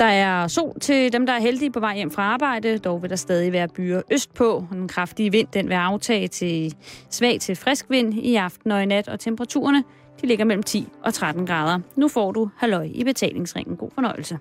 Der er sol til dem, der er heldige på vej hjem fra arbejde. Dog vil der stadig være byer østpå. Den kraftige vind den vil aftage til svag til frisk vind i aften og i nat. Og temperaturerne de ligger mellem 10 og 13 grader. Nu får du halløj i betalingsringen. God fornøjelse.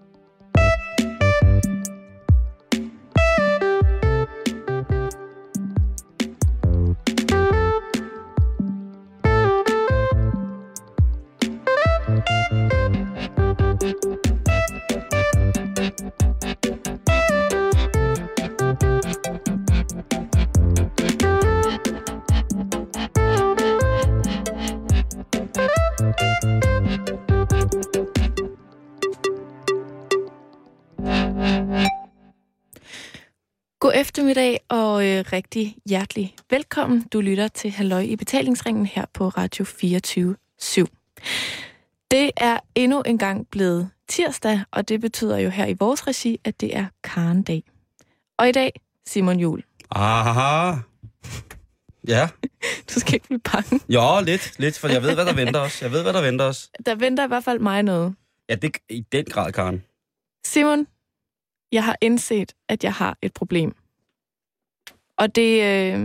God eftermiddag og rigtig hjertelig velkommen. Du lytter til Halløj i betalingsringen her på Radio 24/7. Det er endnu en gang blevet tirsdag, og det betyder jo her i vores regi, at det er Karen-dag. Og i dag, Simon Juhl. Aha. Ja. Du skal ikke blive bange. Jo, lidt, for jeg ved, hvad der venter os. Der venter i hvert fald mig noget. Ja, det i den grad, Karen. Simon, jeg har indset, at jeg har et problem. Og det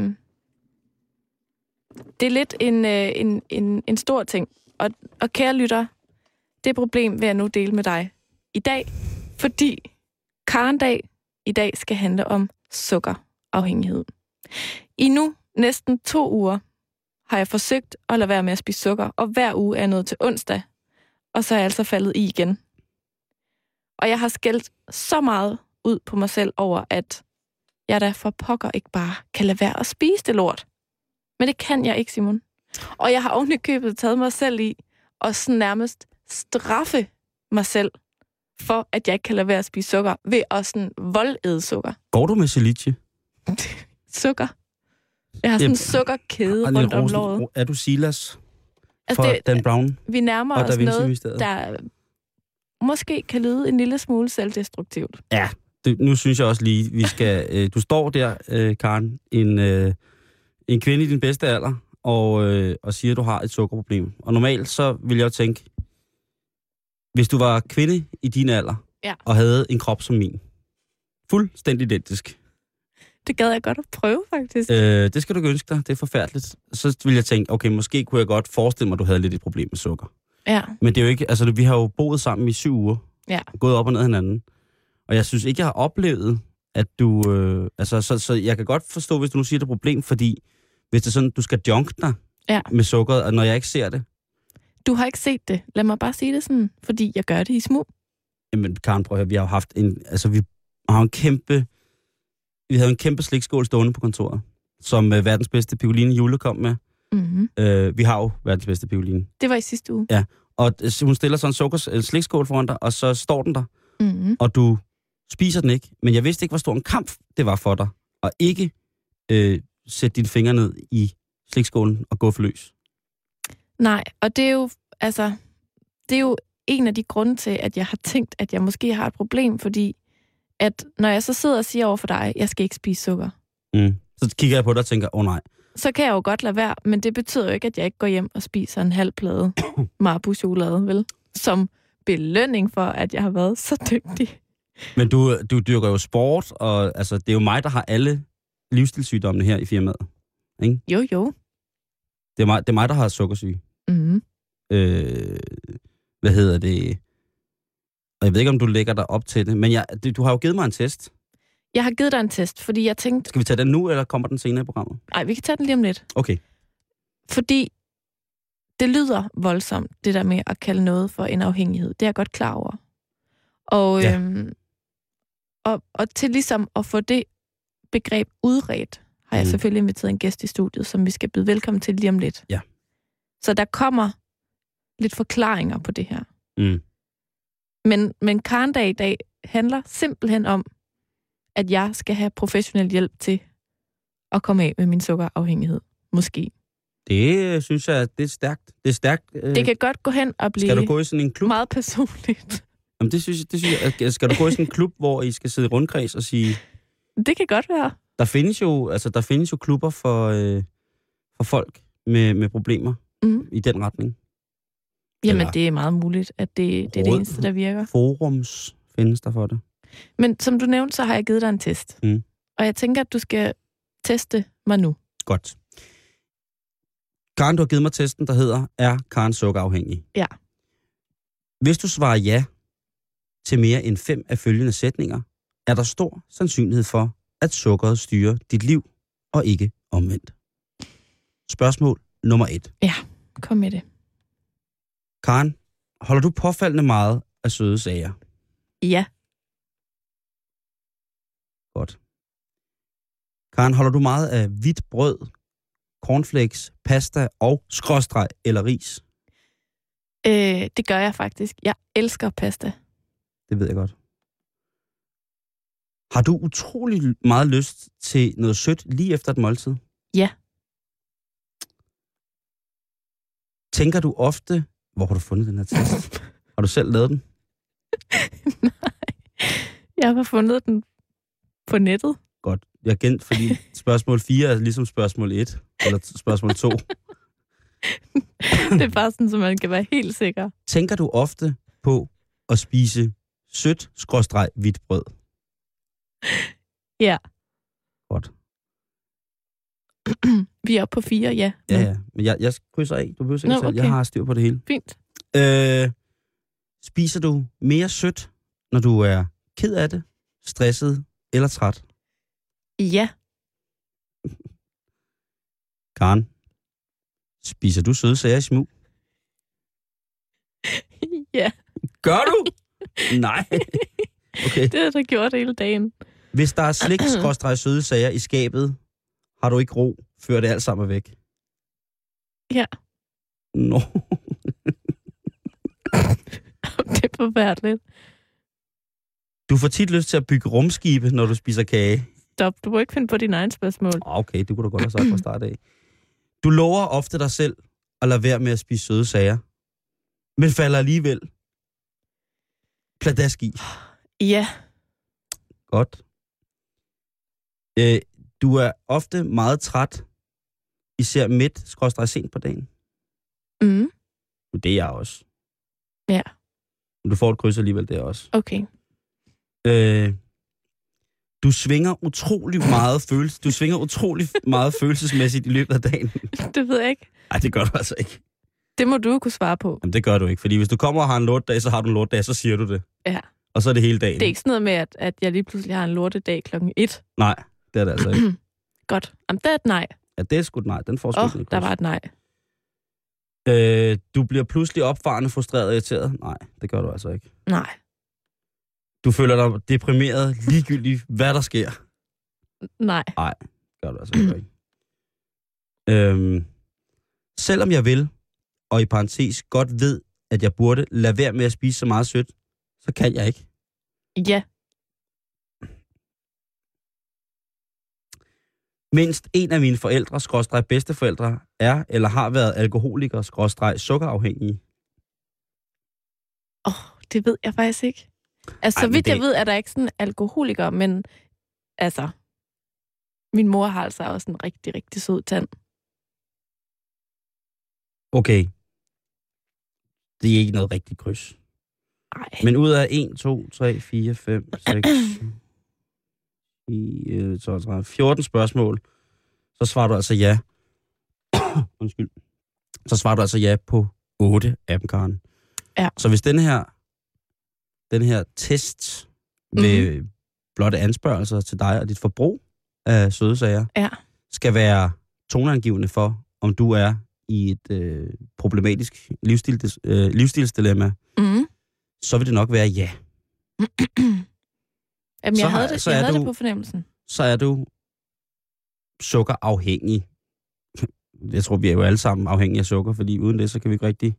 er lidt en stor ting. Og kære lytter, det problem vil jeg nu dele med dig i dag, fordi Karen-dag i dag skal handle om sukkerafhængighed. I nu næsten 2 uger har jeg forsøgt at lade være med at spise sukker, og hver uge er jeg nået til onsdag, og så er jeg altså faldet i igen. Og jeg har skældt så meget ud på mig selv over, at jeg da for pokker ikke bare kan lade være at spise det lort. Men det kan jeg ikke, Simon. Og jeg har ovenikøbet taget mig selv i og sådan nærmest straffe mig selv for, at jeg ikke kan lade være at spise sukker ved at sådan voldæde sukker. Går du med celiche? Sukker. Jeg har sådan en sukkerkæde rundt om låret. Er du Silas Altså for Dan Brown? Vi nærmer os noget, der måske kan lyde en lille smule selvdestruktivt. Ja, nu synes jeg også lige, vi skal... du står der, Karen, en kvinde i din bedste alder, og siger, at du har et sukkerproblem. Og normalt så vil jeg jo tænke, hvis du var kvinde i din alder, og havde en krop som min, fuldstændig identisk. Det gad jeg godt at prøve, faktisk. Det skal du ikke ønske dig. Det er forfærdeligt. Så vil jeg tænke, okay, måske kunne jeg godt forestille mig, at du havde lidt et problem med sukker. Ja. Men det er jo ikke... Altså, vi har jo boet sammen i 7 uger. Ja. Gået op og ned hinanden. Og jeg synes ikke, jeg har oplevet, at du... Så jeg kan godt forstå, hvis du nu siger, det er et problem, fordi hvis det er sådan, du skal junke dig med sukkeret, og når jeg ikke ser det... Du har ikke set det. Lad mig bare sige det sådan, fordi jeg gør det i smug. Jamen, Karen, prøv at høre, vi har jo haft en... Altså, vi havde en kæmpe slikskål stående på kontoret, som verdens bedste Piccoline Jule kom med. Mm-hmm. Vi har jo verdens bedste Piccoline. Det var i sidste uge. Ja, og hun stiller sådan en slikskål foran dig, og så står den der, og du spiser den ikke. Men jeg vidste ikke, hvor stor en kamp det var for dig, at ikke sætte dine fingre ned i slikskålen og gå for løs. Nej, og det er jo en af de grunde til, at jeg har tænkt, at jeg måske har et problem, fordi at når jeg så sidder og siger over for dig, jeg skal ikke spise sukker. Så kigger jeg på dig og tænker, nej. Så kan jeg jo godt lade være, men det betyder jo ikke, at jeg ikke går hjem og spiser en halv plade Marabou-chokolade, vel? Som belønning for, at jeg har været så dygtig. Men du dyrker jo sport, og altså, det er jo mig, der har alle livsstilssygdommene her i firmaet. Ikke? Jo. Det er mig, der har sukkersyge. Mm-hmm. Hvad hedder det? Og jeg ved ikke, om du lægger dig op til det, men du har jo givet mig en test. Jeg har givet dig en test, fordi jeg tænkte... Skal vi tage den nu, eller kommer den senere i programmet? Nej, vi kan tage den lige om lidt. Okay. Fordi det lyder voldsomt, det der med at kalde noget for en afhængighed. Det er jeg godt klar over. Og, og til ligesom at få det begreb udredt, har jeg selvfølgelig inviteret en gæst i studiet, som vi skal byde velkommen til lige om lidt. Ja. Så der kommer lidt forklaringer på det her. Men Karen-dag i dag handler simpelthen om, at jeg skal have professionel hjælp til at komme af med min sukkerafhængighed. Måske. Det synes jeg, det er stærkt. Det kan godt gå hen og blive skal du gå i sådan en klub? Meget personligt. Jamen, det synes jeg. Skal du gå i sådan en klub, hvor I skal sidde i rundkreds og sige... Det kan godt være. Der findes jo klubber for folk med problemer i den retning. Jamen, det er meget muligt, at det er det eneste, der virker. Forums findes der for det. Men som du nævnte, så har jeg givet dig en test. Mm. Og jeg tænker, at du skal teste mig nu. Godt. Karen, du har givet mig testen, der hedder, er Karen sukkerafhængig? Ja. Hvis du svarer ja til mere end 5 af følgende sætninger, er der stor sandsynlighed for, at sukkeret styrer dit liv, og ikke omvendt. Spørgsmål nummer 1. Ja, kom med det. Karen, holder du påfaldende meget af søde sager? Ja. Godt. Karen, holder du meget af hvidt brød, cornflakes, pasta og skråstreg eller ris? Det gør jeg faktisk. Jeg elsker pasta. Det ved jeg godt. Har du utrolig meget lyst til noget sødt lige efter et måltid? Ja. Tænker du ofte... Hvor har du fundet den her test? Har du selv lavet den? Nej. Jeg har fundet den på nettet. Godt. Fordi spørgsmål 4 er ligesom spørgsmål 1. Eller spørgsmål 2. Det er bare sådan, så man kan være helt sikker. Tænker du ofte på at spise sødt /hvidt brød? Ja. Godt. Vi er oppe på 4, ja. Ja. Men jeg krydser af. Du behøver ikke selv. Okay. Jeg har styr på det hele. Fint. Spiser du mere sødt, når du er ked af det, stresset eller træt? Ja. Karen, spiser du søde sager i smug? Ja. Gør du? Nej. Okay. Det har der gjort hele dagen. Hvis der er slik/søde sager i skabet, har du ikke ro, før det alt sammen er væk? Ja. Nå. Det er forfærdeligt. Du får tit lyst til at bygge rumskibe, når du spiser kage. Stop, du må ikke finde på dine egne spørgsmål. Okay, det kunne du godt have sagt fra start af. Du lover ofte dig selv at lade være med at spise søde sager, men falder alligevel pladask i. Ja. Godt. Du er ofte meget træt, især midt/sent på dagen. Mm. Det er jeg også. Ja. Men du får et kryds alligevel der også. Okay. Du svinger utrolig meget følelsesmæssigt i løbet af dagen. Det ved jeg ikke. Nej, det gør du altså ikke. Det må du kunne svare på. Jamen, det gør du ikke, fordi hvis du kommer og har en lortedag, så har du en lortedag, så siger du det. Ja. Og så er det hele dagen. Det er ikke sådan noget med, at jeg lige pludselig har en lortedag 1:00. Nej, det er det altså ikke. Godt. Jamen, det er et nej. Ja, det er sgu et nej. Den får sgu ikke. Der var et nej. Du bliver pludselig opfarende, frustreret og irriteret. Nej, det gør du altså ikke. Nej. Du føler dig deprimeret, ligegyldigt hvad der sker. Nej. Nej, gør du altså ikke. Selvom jeg vil, og i parentes godt ved, at jeg burde lade være med at spise så meget sødt, så kan jeg ikke. Ja. Mindst en af mine forældre/bedsteforældre er eller har været alkoholiker/sukkerafhængige. Det ved jeg faktisk ikke. Altså, så vidt jeg ved, er der ikke sådan alkoholiker, men altså, min mor har altså også en rigtig, rigtig sød tand. Okay. Det er ikke noget rigtigt kryds. Nej. Men ud af 1, 2, 3, 4, 5, 6, 10, 12, 13, 14 spørgsmål, så svarer du altså ja. Undskyld. Så svarer du altså ja på 8 af dem, Karen. Ja. Så hvis den her test med blotte anspørgelser til dig og dit forbrug af søde sager, skal være toneangivende for, om du er i et problematisk livsstilsdilemma, så vil det nok være ja. Jamen, jeg havde det på fornemmelsen. Så er du sukkerafhængig. Jeg tror, vi er jo alle sammen afhængige af sukker, fordi uden det, så kan vi ikke rigtig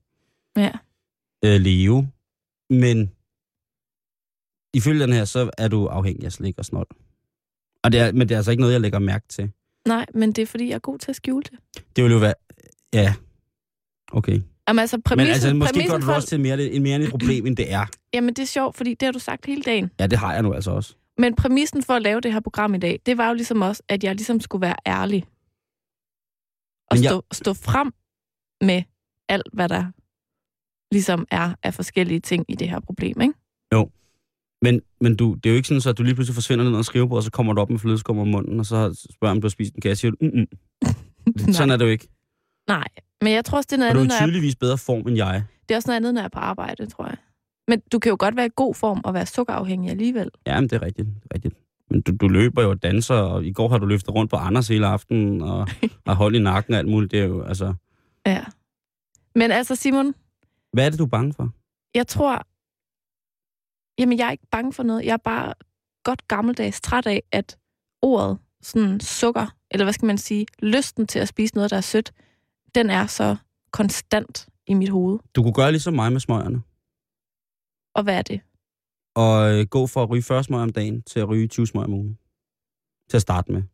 leve. Men ifølge den her, så er du afhængig af slik og snold. Men det er altså ikke noget, jeg lægger mærke til. Nej, men det er, fordi jeg er god til at skjule det. Det vil jo være... Ja, okay. Jamen, altså, måske gør du også til mere end et problem, end det er. Jamen, det er sjovt, fordi det har du sagt hele dagen. Ja, det har jeg nu altså også. Men præmissen for at lave det her program i dag, det var jo ligesom også, at jeg ligesom skulle være ærlig. Og stå frem med alt, hvad der ligesom er af forskellige ting i det her problem, ikke? Jo. Men det er jo ikke sådan, så at du lige pludselig forsvinder ned og skriver på, og så kommer du op med flødeskum om munden, og så spørger om du har spist en kasse, og siger du, sådan er det jo ikke. Nej, men jeg tror også, det er noget andet, andet, når du er tydeligvis bedre form end jeg. Det er også noget andet, når jeg er på arbejde, tror jeg. Men du kan jo godt være i god form og være sukkerafhængig alligevel. Jamen, det er rigtigt. Men du løber jo og danser, og i går har du løftet rundt på Anders hele aftenen, og har hold i nakken og alt muligt. Det er jo, altså... Ja. Men altså, Simon... Hvad er det, du er bange for? Jeg tror... Jamen, jeg er ikke bange for noget. Jeg er bare godt gammeldags træt af, at ordet sådan sukker, eller hvad skal man sige, lysten til at spise noget, der er sødt, den er så konstant i mit hoved. Du kunne gøre ligesom mig med smøgerne. Og hvad er det? Og gå fra at ryge 40 smøger om dagen til at ryge 20 smøger om ugen. Til at starte med.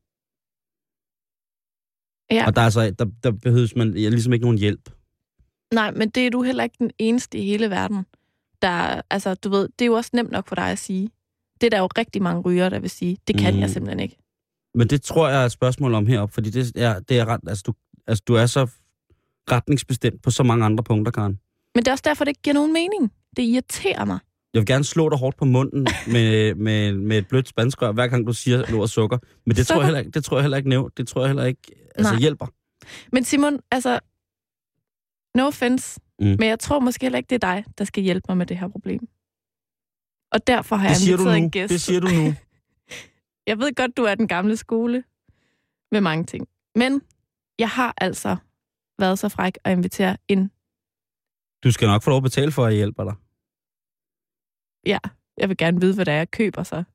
Ja. Og der behøves man ligesom ikke nogen hjælp. Nej, men det er du heller ikke den eneste i hele verden. Der, altså, du ved, det er jo også nemt nok for dig at sige. Det er der jo rigtig mange rygere, der vil sige. Det kan jeg simpelthen ikke. Men det tror jeg er et spørgsmål om heroppe, fordi det er ret, du er så retningsbestemt på så mange andre punkter, Karen. Men det er også derfor, det ikke giver nogen mening. Det irriterer mig. Jeg vil gerne slå dig hårdt på munden med et blødt spanskrør, hver gang du siger ordet sukker. Men det tror jeg heller ikke hjælper. Men Simon, altså, no offense, men jeg tror måske heller ikke, det er dig, der skal hjælpe mig med det her problem. Og derfor har jeg inviteret en gæst. Det siger du nu. Jeg ved godt, du er den gamle skole med mange ting. Men jeg har altså været så fræk at invitere en... Du skal nok få lov at betale for, at jeg hjælper dig. Ja, jeg vil gerne vide, hvad det er, jeg køber så.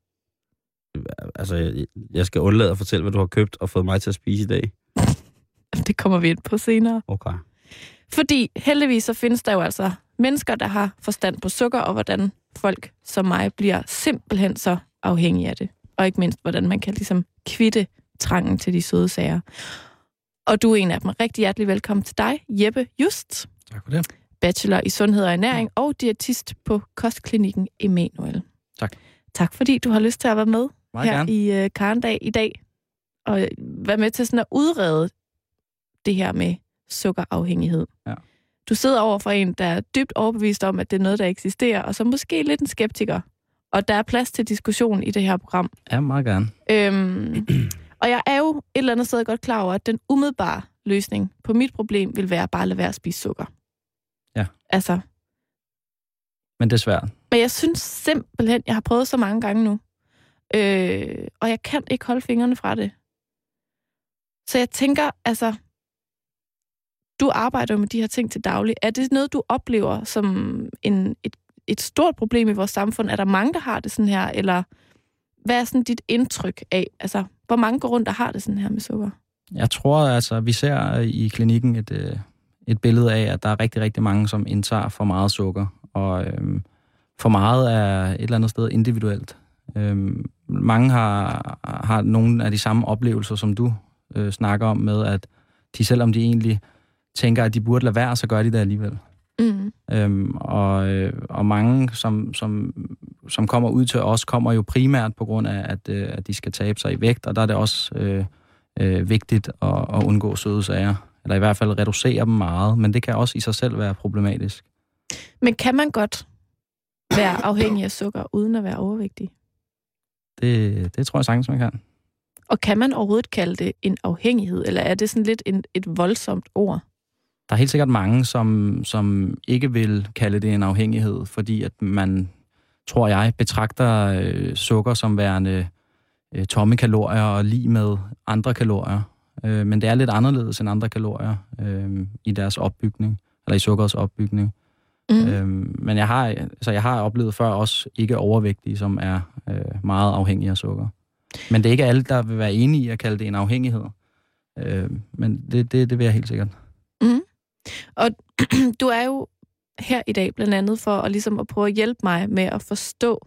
Altså, jeg skal undlade at fortælle, hvad du har købt og fået mig til at spise i dag. Det kommer vi ind på senere. Okay. Fordi heldigvis så findes der jo altså mennesker, der har forstand på sukker, og hvordan folk som mig bliver simpelthen så afhængige af det. Og ikke mindst, hvordan man kan ligesom kvitte trangen til de søde sager. Og du er en af dem. Rigtig hjertelig velkommen til dig, Jeppe Just. Tak for det. Bachelor i sundhed og ernæring og diætist på kostklinikken Emanuel. Tak. Tak fordi du har lyst til at være med meget her gerne. I Karendag i dag. Og være med til sådan at udrede det her med sukkerafhængighed. Ja. Du sidder over for en, der er dybt overbevist om, at det er noget, der eksisterer, og så måske lidt en skeptiker. Og der er plads til diskussion i det her program. Ja, meget gerne. Og jeg er jo et eller andet sted godt klar over, at den umiddelbare løsning på mit problem vil være bare at lade være at spise sukker. Ja. Altså. Men det er svært. Men jeg synes simpelthen, jeg har prøvet så mange gange nu. Og jeg kan ikke holde fingrene fra det. Så jeg tænker, altså, du arbejder jo med de her ting til daglig. Er det noget, du oplever som et stort problem i vores samfund? Er der mange, der har det sådan her? Eller hvad er sådan dit indtryk af? Altså, hvor mange går rundt, der har det sådan her med sukker? Jeg tror, altså, vi ser i klinikken et billede af, at der er rigtig, rigtig mange, som indtager for meget sukker. Og for meget er et eller andet sted individuelt. Mange har nogle af de samme oplevelser, som du snakker om med, at de selvom de egentlig tænker, at de burde lade være, så gør de det alligevel. Og mange, som kommer ud til os, kommer jo primært på grund af, at de skal tabe sig i vægt, og der er det også vigtigt at undgå søde sager, eller i hvert fald reducere dem meget, men det kan også i sig selv være problematisk. Men kan man godt være afhængig af sukker, uden at være overvægtig? Det tror jeg sagtens, man kan. Og kan man overhovedet kalde det en afhængighed, eller er det sådan lidt et voldsomt ord? Der er helt sikkert mange, som ikke vil kalde det en afhængighed, fordi at man, tror jeg, betragter sukker som værende tomme kalorier og lig med andre kalorier. Men det er lidt anderledes end andre kalorier i deres opbygning, eller i sukkerets opbygning. Men jeg har oplevet før også ikke overvægtige, som er meget afhængige af sukker. Men det er ikke alle, der vil være enige i at kalde det en afhængighed. Men det vil jeg helt sikkert. Og du er jo her i dag blandt andet for at prøve at hjælpe mig med at forstå,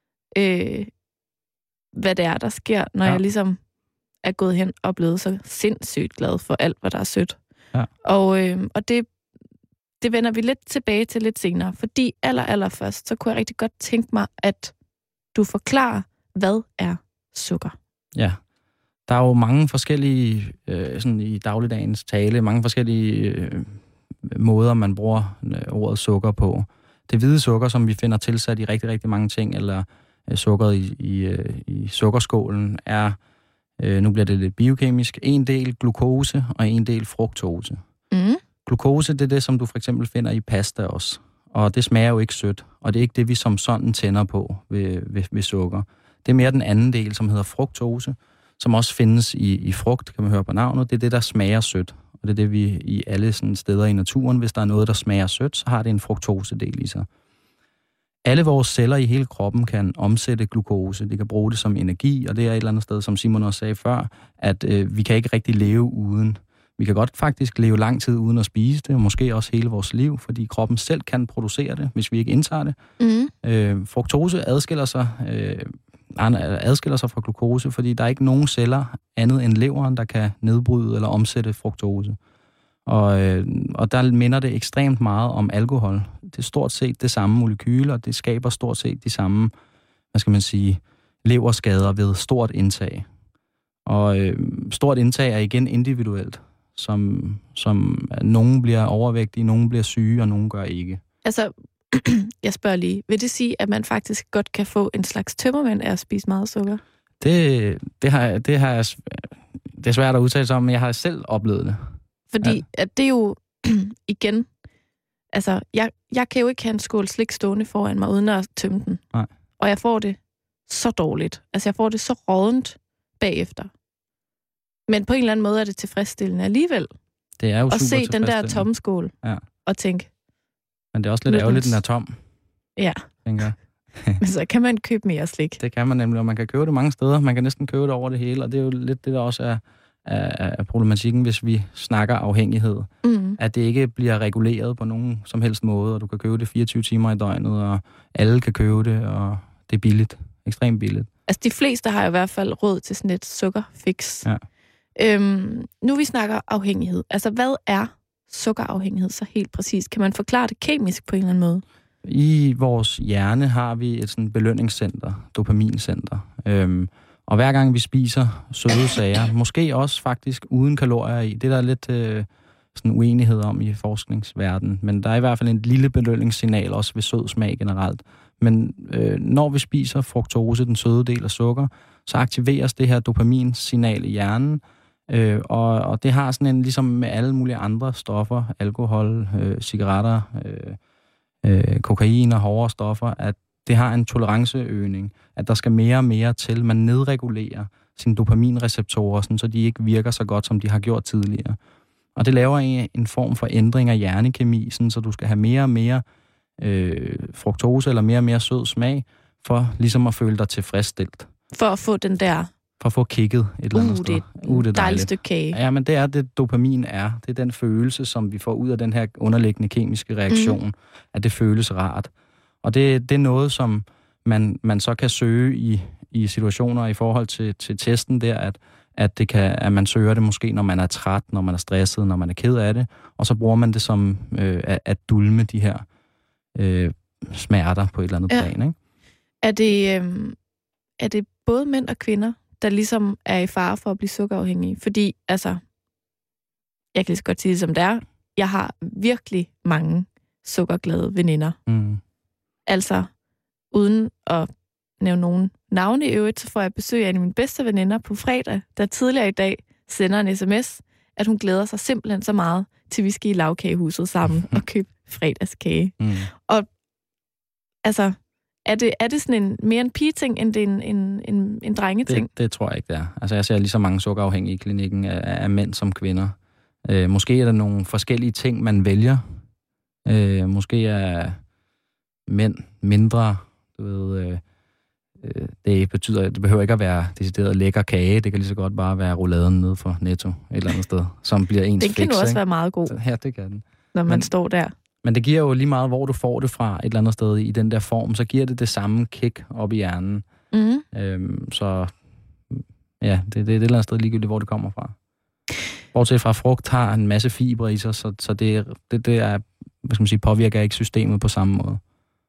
hvad det er, der sker, når jeg ligesom er gået hen og blevet så sindssygt glad for alt, hvad der er sødt. Ja. Og det vender vi lidt tilbage til lidt senere, fordi allerførst, så kunne jeg rigtig godt tænke mig, at du forklarer, hvad er sukker? Ja, der er jo mange forskellige, sådan i dagligdagens tale, mange forskellige måder, man bruger ordet sukker på. Det hvide sukker, som vi finder tilsat i rigtig, rigtig mange ting, eller sukkeret i sukkerskålen er, nu bliver det lidt biokemisk, en del glukose og en del fruktose. Mm. Glukose, det er det, som du for eksempel finder i pasta også. Og det smager jo ikke sødt, og det er ikke det, vi som sådan tænder på ved sukker. Det er mere den anden del, som hedder fruktose, som også findes i frugt, kan man høre på navnet. Det er det, der smager sødt, og det er det, vi i alle sådan steder i naturen, hvis der er noget, der smager sødt, så har det en fruktosedel i sig. Alle vores celler i hele kroppen kan omsætte glukose. De kan bruge det som energi, og det er et eller andet sted, som Simon også sagde før, at vi kan ikke rigtig leve uden. Vi kan godt faktisk leve lang tid uden at spise det, og måske også hele vores liv, fordi kroppen selv kan producere det, hvis vi ikke indtager det. Mm. Fruktose adskiller sig fra glukose, fordi der er ikke nogen celler andet end leveren, der kan nedbryde eller omsætte fruktose. Og der minder det ekstremt meget om alkohol. Det er stort set det samme molekyle, og det skaber stort set de samme, leverskader ved stort indtag. Og stort indtag er igen individuelt, som nogen bliver overvægtige, nogen bliver syge, og nogen gør ikke. Altså, jeg spørger lige, vil det sige, at man faktisk godt kan få en slags tømmermænd af at spise meget sukker? Det er svært at udtale sig om, men jeg har selv oplevet det. Fordi at det er jo, igen, altså, jeg kan jo ikke have en skål slik stående foran mig, uden at tømme den. Nej. Og jeg får det så dårligt. Altså, jeg får det så rådent bagefter. Men på en eller anden måde er det tilfredsstillende alligevel. Det er jo at super se den der tomme skål og tænke. Men det er også lidt ærgerligt, den er tom. Ja. Tænker jeg. Men så kan man købe mere slik. Det kan man nemlig, og man kan købe det mange steder. Man kan næsten købe det over det hele, og det er jo lidt det, der også er problematikken, hvis vi snakker afhængighed. Mm. At det ikke bliver reguleret på nogen som helst måde, og du kan købe det 24 timer i døgnet, og alle kan købe det, og det er billigt. Ekstremt billigt. Altså, de fleste har i hvert fald råd til sådan et sukkerfix. Ja. Nu vi snakker afhængighed. Altså, hvad er sukkerafhængighed så helt præcis? Kan man forklare det kemisk på en eller anden måde? I vores hjerne har vi et sådan belønningscenter, dopamincenter. Og hver gang vi spiser søde sager, måske også faktisk uden kalorier i, det er der lidt sådan uenighed om i forskningsverdenen, men der er i hvert fald en lille belønningssignal også ved sød smag generelt. Men når vi spiser fruktose, den søde del af sukker, så aktiveres det her dopaminsignal i hjernen, og det har sådan en, ligesom med alle mulige andre stoffer, alkohol, cigaretter, kokain og hårdere stoffer, at det har en toleranceøgning, at der skal mere og mere til. Man nedregulerer sine dopaminreceptorer, sådan, så de ikke virker så godt, som de har gjort tidligere. Og det laver en form for ændring af hjernekemi, sådan, så du skal have mere og mere fruktose eller mere og mere sød smag, for ligesom at føle dig tilfredsstillet. For at få den der... For at få kicket et eller andet sted. Det er et dejligt stykke kage. Ja, men det er det, dopamin er. Det er den følelse, som vi får ud af den her underliggende kemiske reaktion, at det føles rart. Og det er noget, som man så kan søge i situationer i forhold til testen der, at man søger det måske, når man er træt, når man er stresset, når man er ked af det, og så bruger man det som at dulme de her smerter på et eller andet plan, ikke? Er det både mænd og kvinder, der ligesom er i fare for at blive sukkerafhængige? Fordi, altså, jeg kan lige så godt sige det som det er, jeg har virkelig mange sukkerglade veninder. Mm. Altså, uden at nævne nogen navne i øvrigt, så får jeg besøg af en af mine bedste veninder på fredag, der tidligere i dag sender en sms, at hun glæder sig simpelthen så meget, til vi skal i lavkagehuset sammen og købe fredagskage. Mm. Og altså, er det sådan mere en pige-ting, end det er en drenge-ting? Det tror jeg ikke, det er. Altså, jeg ser lige så mange sukkerafhængige i klinikken af mænd som kvinder. Måske er der nogle forskellige ting, man vælger. Måske er mænd mindre, du ved... Det behøver ikke at være decideret lækker kage. Det kan lige så godt bare være rouladen nede for Netto et eller andet sted, som bliver ens fix. Den kan jo også være meget god. Ja, det kan den. Når man står der. Men det giver jo lige meget, hvor du får det fra et eller andet sted i den der form, så giver det samme kick op i hjernen. Mm. Så ja, det er et eller andet sted ligegyldigt, hvor det kommer fra. Bortset fra frugt har en masse fibre i sig, så det er, hvad skal man sige, påvirker ikke systemet på samme måde.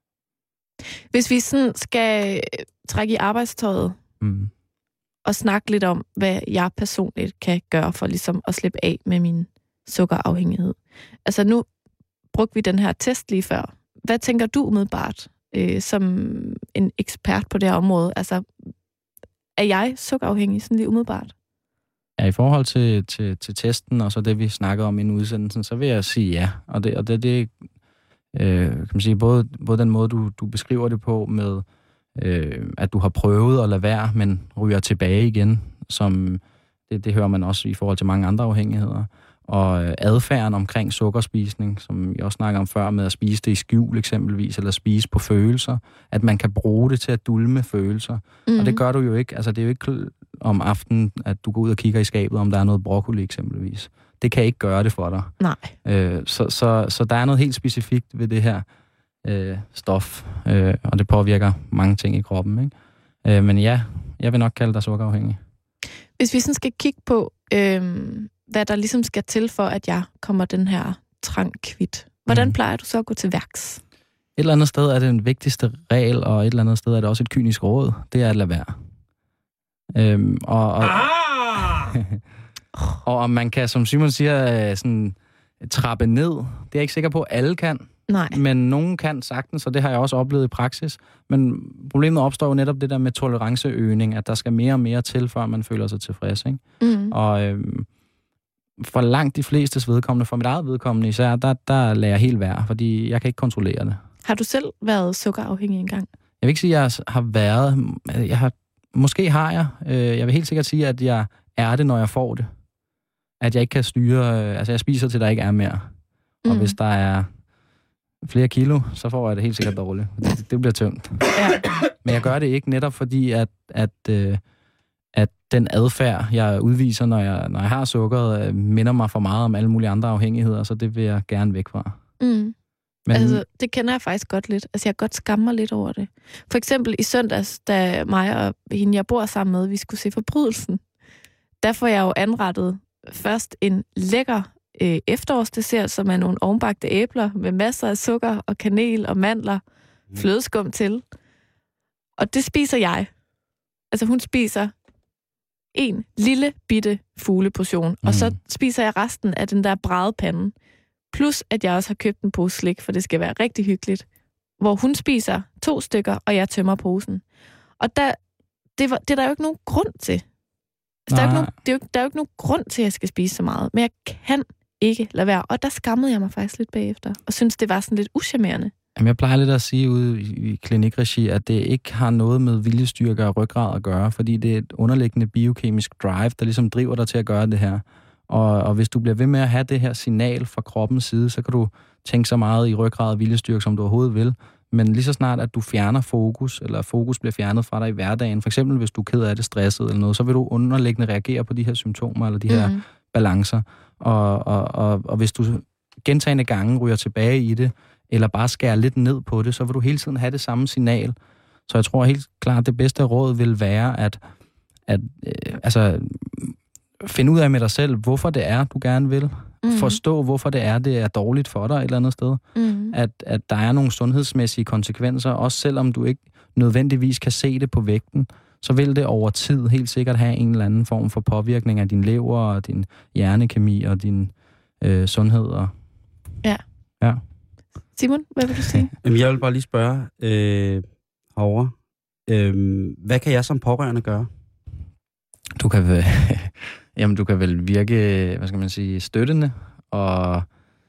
Hvis vi sådan skal trække i arbejdstøjet og snakke lidt om, hvad jeg personligt kan gøre for ligesom at slippe af med min sukkerafhængighed. Altså nu brugte vi den her test lige før. Hvad tænker du umiddelbart som en ekspert på det her område. Altså, er jeg sukkerafhængig sådan lige umiddelbart? Ja, i forhold til testen, og så det, vi snakkede om i udsendelsen, så vil jeg sige ja. Og det kan man sige, både den måde, du beskriver det på, med at du har prøvet at lade være, men ryger tilbage igen, som det hører man også i forhold til mange andre afhængigheder. Og adfærden omkring sukkerspisning, som jeg også snakker om før, med at spise det i skjul eksempelvis, eller spise på følelser, at man kan bruge det til at dulme følelser. Og det gør du jo ikke. Altså, det er jo ikke om aftenen, at du går ud og kigger i skabet, om der er noget broccoli eksempelvis. Det kan ikke gøre det for dig. Nej. Så der er noget helt specifikt ved det her stof, og det påvirker mange ting i kroppen, ikke? Men ja, jeg vil nok kalde dig sukkerafhængig. Hvis vi sådan skal kigge på, hvad der ligesom skal til for, at jeg kommer den her trang kvit, hvordan plejer du så at gå til værks? Et eller andet sted er det den vigtigste regel, og et eller andet sted er det også et kynisk råd. Det er at lade være. Og om man kan, som Simon siger, sådan trappe ned. Det er jeg ikke sikker på, at alle kan. Nej. Men nogen kan sagtens, og det har jeg også oplevet i praksis. Men problemet opstår jo netop det der med toleranceøgning, at der skal mere og mere til, før man føler sig tilfreds. Ikke? Og for langt de flestes vedkommende, for mit eget vedkommende især, der lader jeg helt være, fordi jeg kan ikke kontrollere det. Har du selv været sukkerafhængig engang? Jeg vil ikke sige, at jeg har været. Måske har jeg. Jeg vil helt sikkert sige, at jeg er det, når jeg får det. At jeg ikke kan styre. Altså, jeg spiser til, der ikke er mere. Og hvis der er flere kilo, så får jeg det helt sikkert dårligt. Det bliver tungt. Ja. Men jeg gør det ikke netop fordi, at den adfærd, jeg udviser, når jeg har sukkeret, minder mig for meget om alle mulige andre afhængigheder, så det vil jeg gerne væk fra. Men altså, det kender jeg faktisk godt lidt. Altså, jeg godt skammer lidt over det. For eksempel i søndags, da mig og hende, jeg bor sammen med, vi skulle se Forbrydelsen, der får jeg jo anrettet først en lækker efterårsdessert, som er nogle ovenbagte æbler med masser af sukker og kanel og mandler, flødeskum til. Og det spiser jeg. Altså, hun spiser en lille bitte fugleportion, og så spiser jeg resten af den der brædepande. Plus, at jeg også har købt en pose slik, for det skal være rigtig hyggeligt. Hvor hun spiser 2 stykker, og jeg tømmer posen. Og det er der jo ikke nogen grund til. Altså, der er jo ikke nogen grund til, at jeg skal spise så meget. Men jeg kan ikke lade være. Og der skammede jeg mig faktisk lidt bagefter. Og synes, det var sådan lidt uschammerende. Jamen, jeg plejer lidt at sige ude i klinikregi, at det ikke har noget med viljestyrke og ryggrad at gøre, fordi det er et underliggende biokemisk drive, der ligesom driver dig til at gøre det her. Og hvis du bliver ved med at have det her signal fra kroppens side, så kan du tænke så meget i ryggrad og viljestyrke, som du overhovedet vil. Men lige så snart, at du fjerner fokus, eller fokus bliver fjernet fra dig i hverdagen, for eksempel hvis du er ked af det, stresset eller noget, så vil du underliggende reagere på de her symptomer, eller de her balancer. Og hvis du gentagne gange ryger tilbage i det, eller bare skærer lidt ned på det, så vil du hele tiden have det samme signal. Så jeg tror helt klart, at det bedste råd vil være, at finde ud af med dig selv, hvorfor det er, du gerne vil. Forstå, hvorfor det er dårligt for dig et eller andet sted. At der er nogle sundhedsmæssige konsekvenser, også selvom du ikke nødvendigvis kan se det på vægten, så vil det over tid helt sikkert have en eller anden form for påvirkning af din lever, og din hjernekemi, og din sundhed. Ja. Simon, hvad vil du sige? Jeg vil bare lige spørge herovre. Hvad kan jeg som pårørende gøre? Du kan vel virke, hvad skal man sige, støttende, og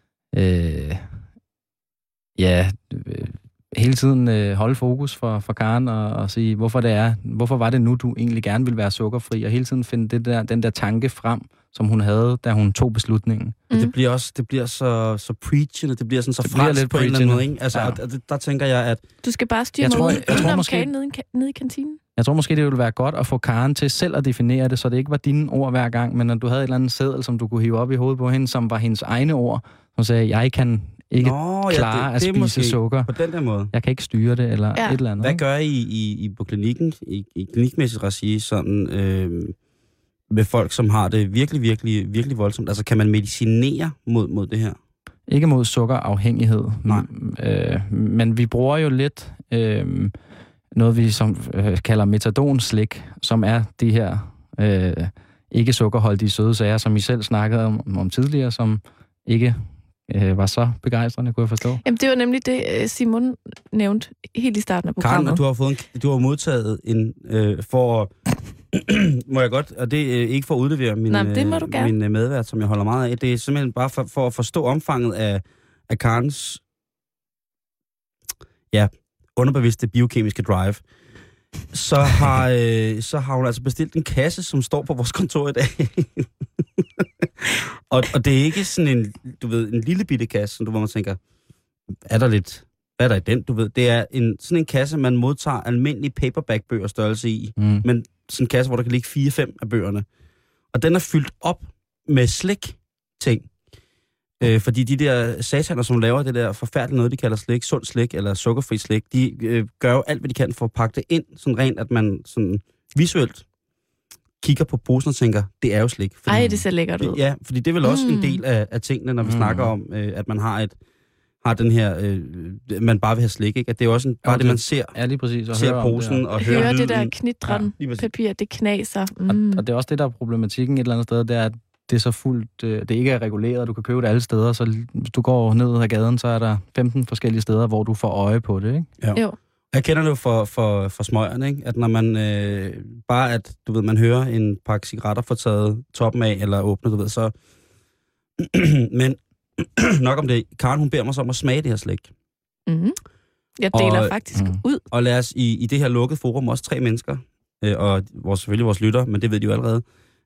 hele tiden holde fokus for Karen og sige, hvorfor var det nu, du egentlig gerne ville være sukkerfri, og hele tiden finde den der tanke frem, som hun havde, da hun tog beslutningen. Det bliver så preachende, det bliver sådan så fransk på en eller anden måde, ikke? Altså, ja. der tænker jeg, at... Du skal bare styre udenom kagen nede i kantinen. Jeg tror måske, det ville være godt at få Karen til selv at definere det, så det ikke var dine ord hver gang, men at du havde et eller andet seddel, som du kunne hive op i hovedet på hende, som var hendes egne ord, som sagde, jeg kan ikke klare at spise sukker. På den der måde. Jeg kan ikke styre det, eller et eller andet. Hvad gør I på klinikken, i klinikmæssigt regi, sådan med folk, som har det virkelig, virkelig, virkelig voldsomt? Altså, kan man medicinere mod det her? Ikke mod sukkerafhængighed. Nej. Men vi bruger jo lidt noget, vi kalder metadonslik, som er de her ikke sukkerholdige søde sager, som I selv snakkede om tidligere, som ikke var så begejstrende, kunne jeg forstå. Jamen, det var nemlig det, Simon nævnte helt i starten af programmet. Karen, du har modtaget en for... må jeg godt, og det er ikke for at udlevere min medvært, som jeg holder meget af. Det er simpelthen bare for at forstå omfanget af Karens underbevidste biokemiske drive. Så har hun altså bestilt en kasse, som står på vores kontor i dag. og det er ikke sådan en lille bitte kasse, hvor man tænker, hvad er der i den, du ved? Det er sådan en kasse, man modtager almindelige paperback-bøger størrelse i, men sådan en kasse, hvor der kan ligge 4-5 af bøgerne. Og den er fyldt op med slik-ting. Fordi de der sataner, som laver det der forfærdelige noget, de kalder slik, sund slik eller sukkerfri slik, de gør jo alt, hvad de kan for at pakke det ind, sådan rent, at man sådan visuelt kigger på posen og tænker, det er jo slik. Fordi, det ser lækkert ud. Ja, fordi det er vel også en del af tingene, når vi snakker om, at man har den her, man bare vil have slik, ikke? At det er også bare det, man ser. Ja, lige præcis. Og ser posen og hører lyden. Det der knitren papir, det knaser. Og det er også det, der er problematikken et eller andet sted, det er, at det er så fuldt, det ikke er reguleret, du kan købe det alle steder, så hvis du går ned ad gaden, så er der 15 forskellige steder, hvor du får øje på det, ikke? Ja. Jo. Jeg kender det jo for smøgerne, ikke? At når man man hører en pakke cigaretter få taget toppen af, eller åbnet, du ved, så... Men nok om det. Karen, hun beder mig så om at smage det her slik. Mm-hmm. Jeg deler faktisk ud. Og lad os i det her lukkede forum også 3 mennesker, og selvfølgelig vores lytter, men det ved de jo allerede.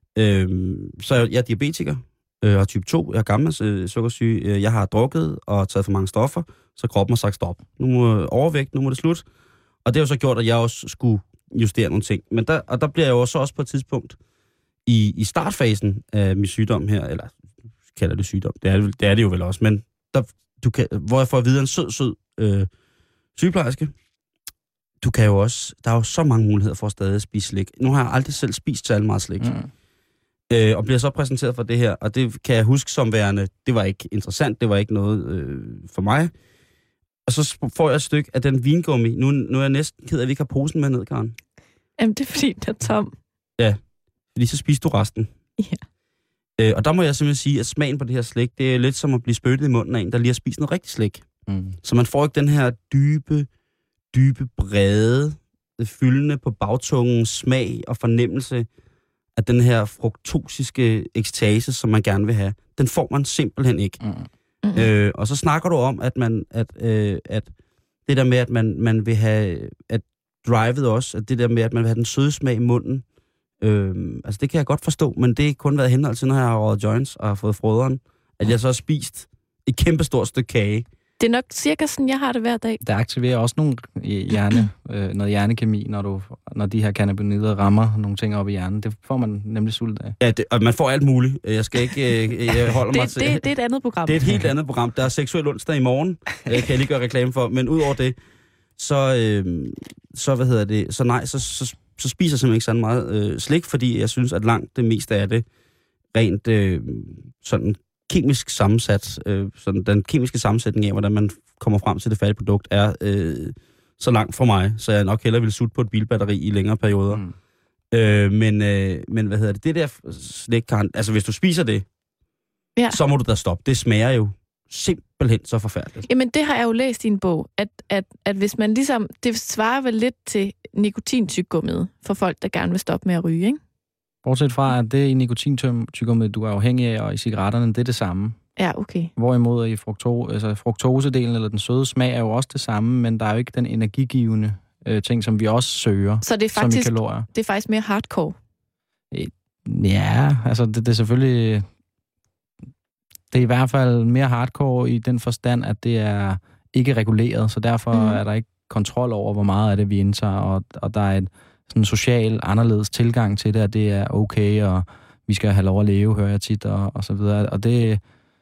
Så jeg er diabetiker, og type 2, jeg er gammel sukkersyg, jeg har drukket og taget for mange stoffer, så kroppen har sagt stop. Nu må overvægt, nu må det slut. Og det har jo så gjort, at jeg også skulle justere nogle ting. Men der bliver jeg jo også på et tidspunkt i startfasen af min sygdom her, eller kalder det sygdom, det er det jo vel også, men hvor jeg får at vide en sød sygeplejerske, du kan jo også, der er jo så mange muligheder for at stadig spise slik. Nu har jeg aldrig selv spist så meget slik. Og bliver så præsenteret for det her, og det kan jeg huske som værende, det var ikke interessant, det var ikke noget for mig. Og så får jeg et stykke af den vingummi. Nu er jeg næsten ked af, at vi ikke har posen med ned, Karen. Jamen, det er fordi, den er tom. Ja, fordi så spiser du resten. Ja. Og der må jeg simpelthen sige, at smagen på det her slik, det er lidt som at blive spyttet i munden af en, der lige har spist noget rigtig slik. Så man får ikke den her dybe, brede, fyldende på bagtungen smag og fornemmelse af den her fruktosiske ekstase, som man gerne vil have. Den får man simpelthen ikke. Og så snakker du om, at det der med, at man vil have, at drivet også, at det der med, at man vil have den søde smag i munden, altså det kan jeg godt forstå, men det har kun været henhold til, når jeg har røget joints og har fået frøderen, at jeg så har spist et kæmpestort stykke kage. Det er nok cirka sådan, jeg har det hver dag. Der aktiverer også noget hjernekemi, når de her cannabinoider rammer nogle ting op i hjernen. Det får man nemlig sult af. Ja, og man får alt muligt. Jeg skal ikke... Jeg holder mig til... Det er et andet program. Det er et helt andet program. Der er seksuel onsdag i morgen. Kan jeg lige gøre reklame for. Men udover det, så spiser jeg simpelthen ikke så meget slik, fordi jeg synes, at langt det meste af det rent sådan kemisk sammensat, sådan den kemiske sammensætning af, hvordan man kommer frem til det færdige produkt, er så langt fra mig, så jeg nok hellere vil sutte på et bilbatteri i længere perioder. Men hvad hedder det? Det der slik, altså hvis du spiser det, så må du da stoppe. Det smager jo simpelthen så forfærdeligt. Jamen det har jeg jo læst i en bog, at hvis man ligesom, det svarer vel lidt til nikotintyggegummiet for folk, der gerne vil stoppe med at ryge, ikke? Bortset fra, at det i nikotintyggegummiet, du er afhængig af, og i cigaretterne, det er det samme. Ja, okay. Hvorimod i fruktosedelen, eller den søde smag, er jo også det samme, men der er jo ikke den energigivende ting, som vi også søger, så det er faktisk, som i kalorier. Det er faktisk mere hardcore? Ja, altså det er selvfølgelig... Det er i hvert fald mere hardcore i den forstand, at det er ikke reguleret, så derfor er der ikke kontrol over, hvor meget af det vi indtager, og der er en sådan social anderledes tilgang til det, at det er okay, og vi skal have lov at leve, hører jeg tit, og så videre. Og det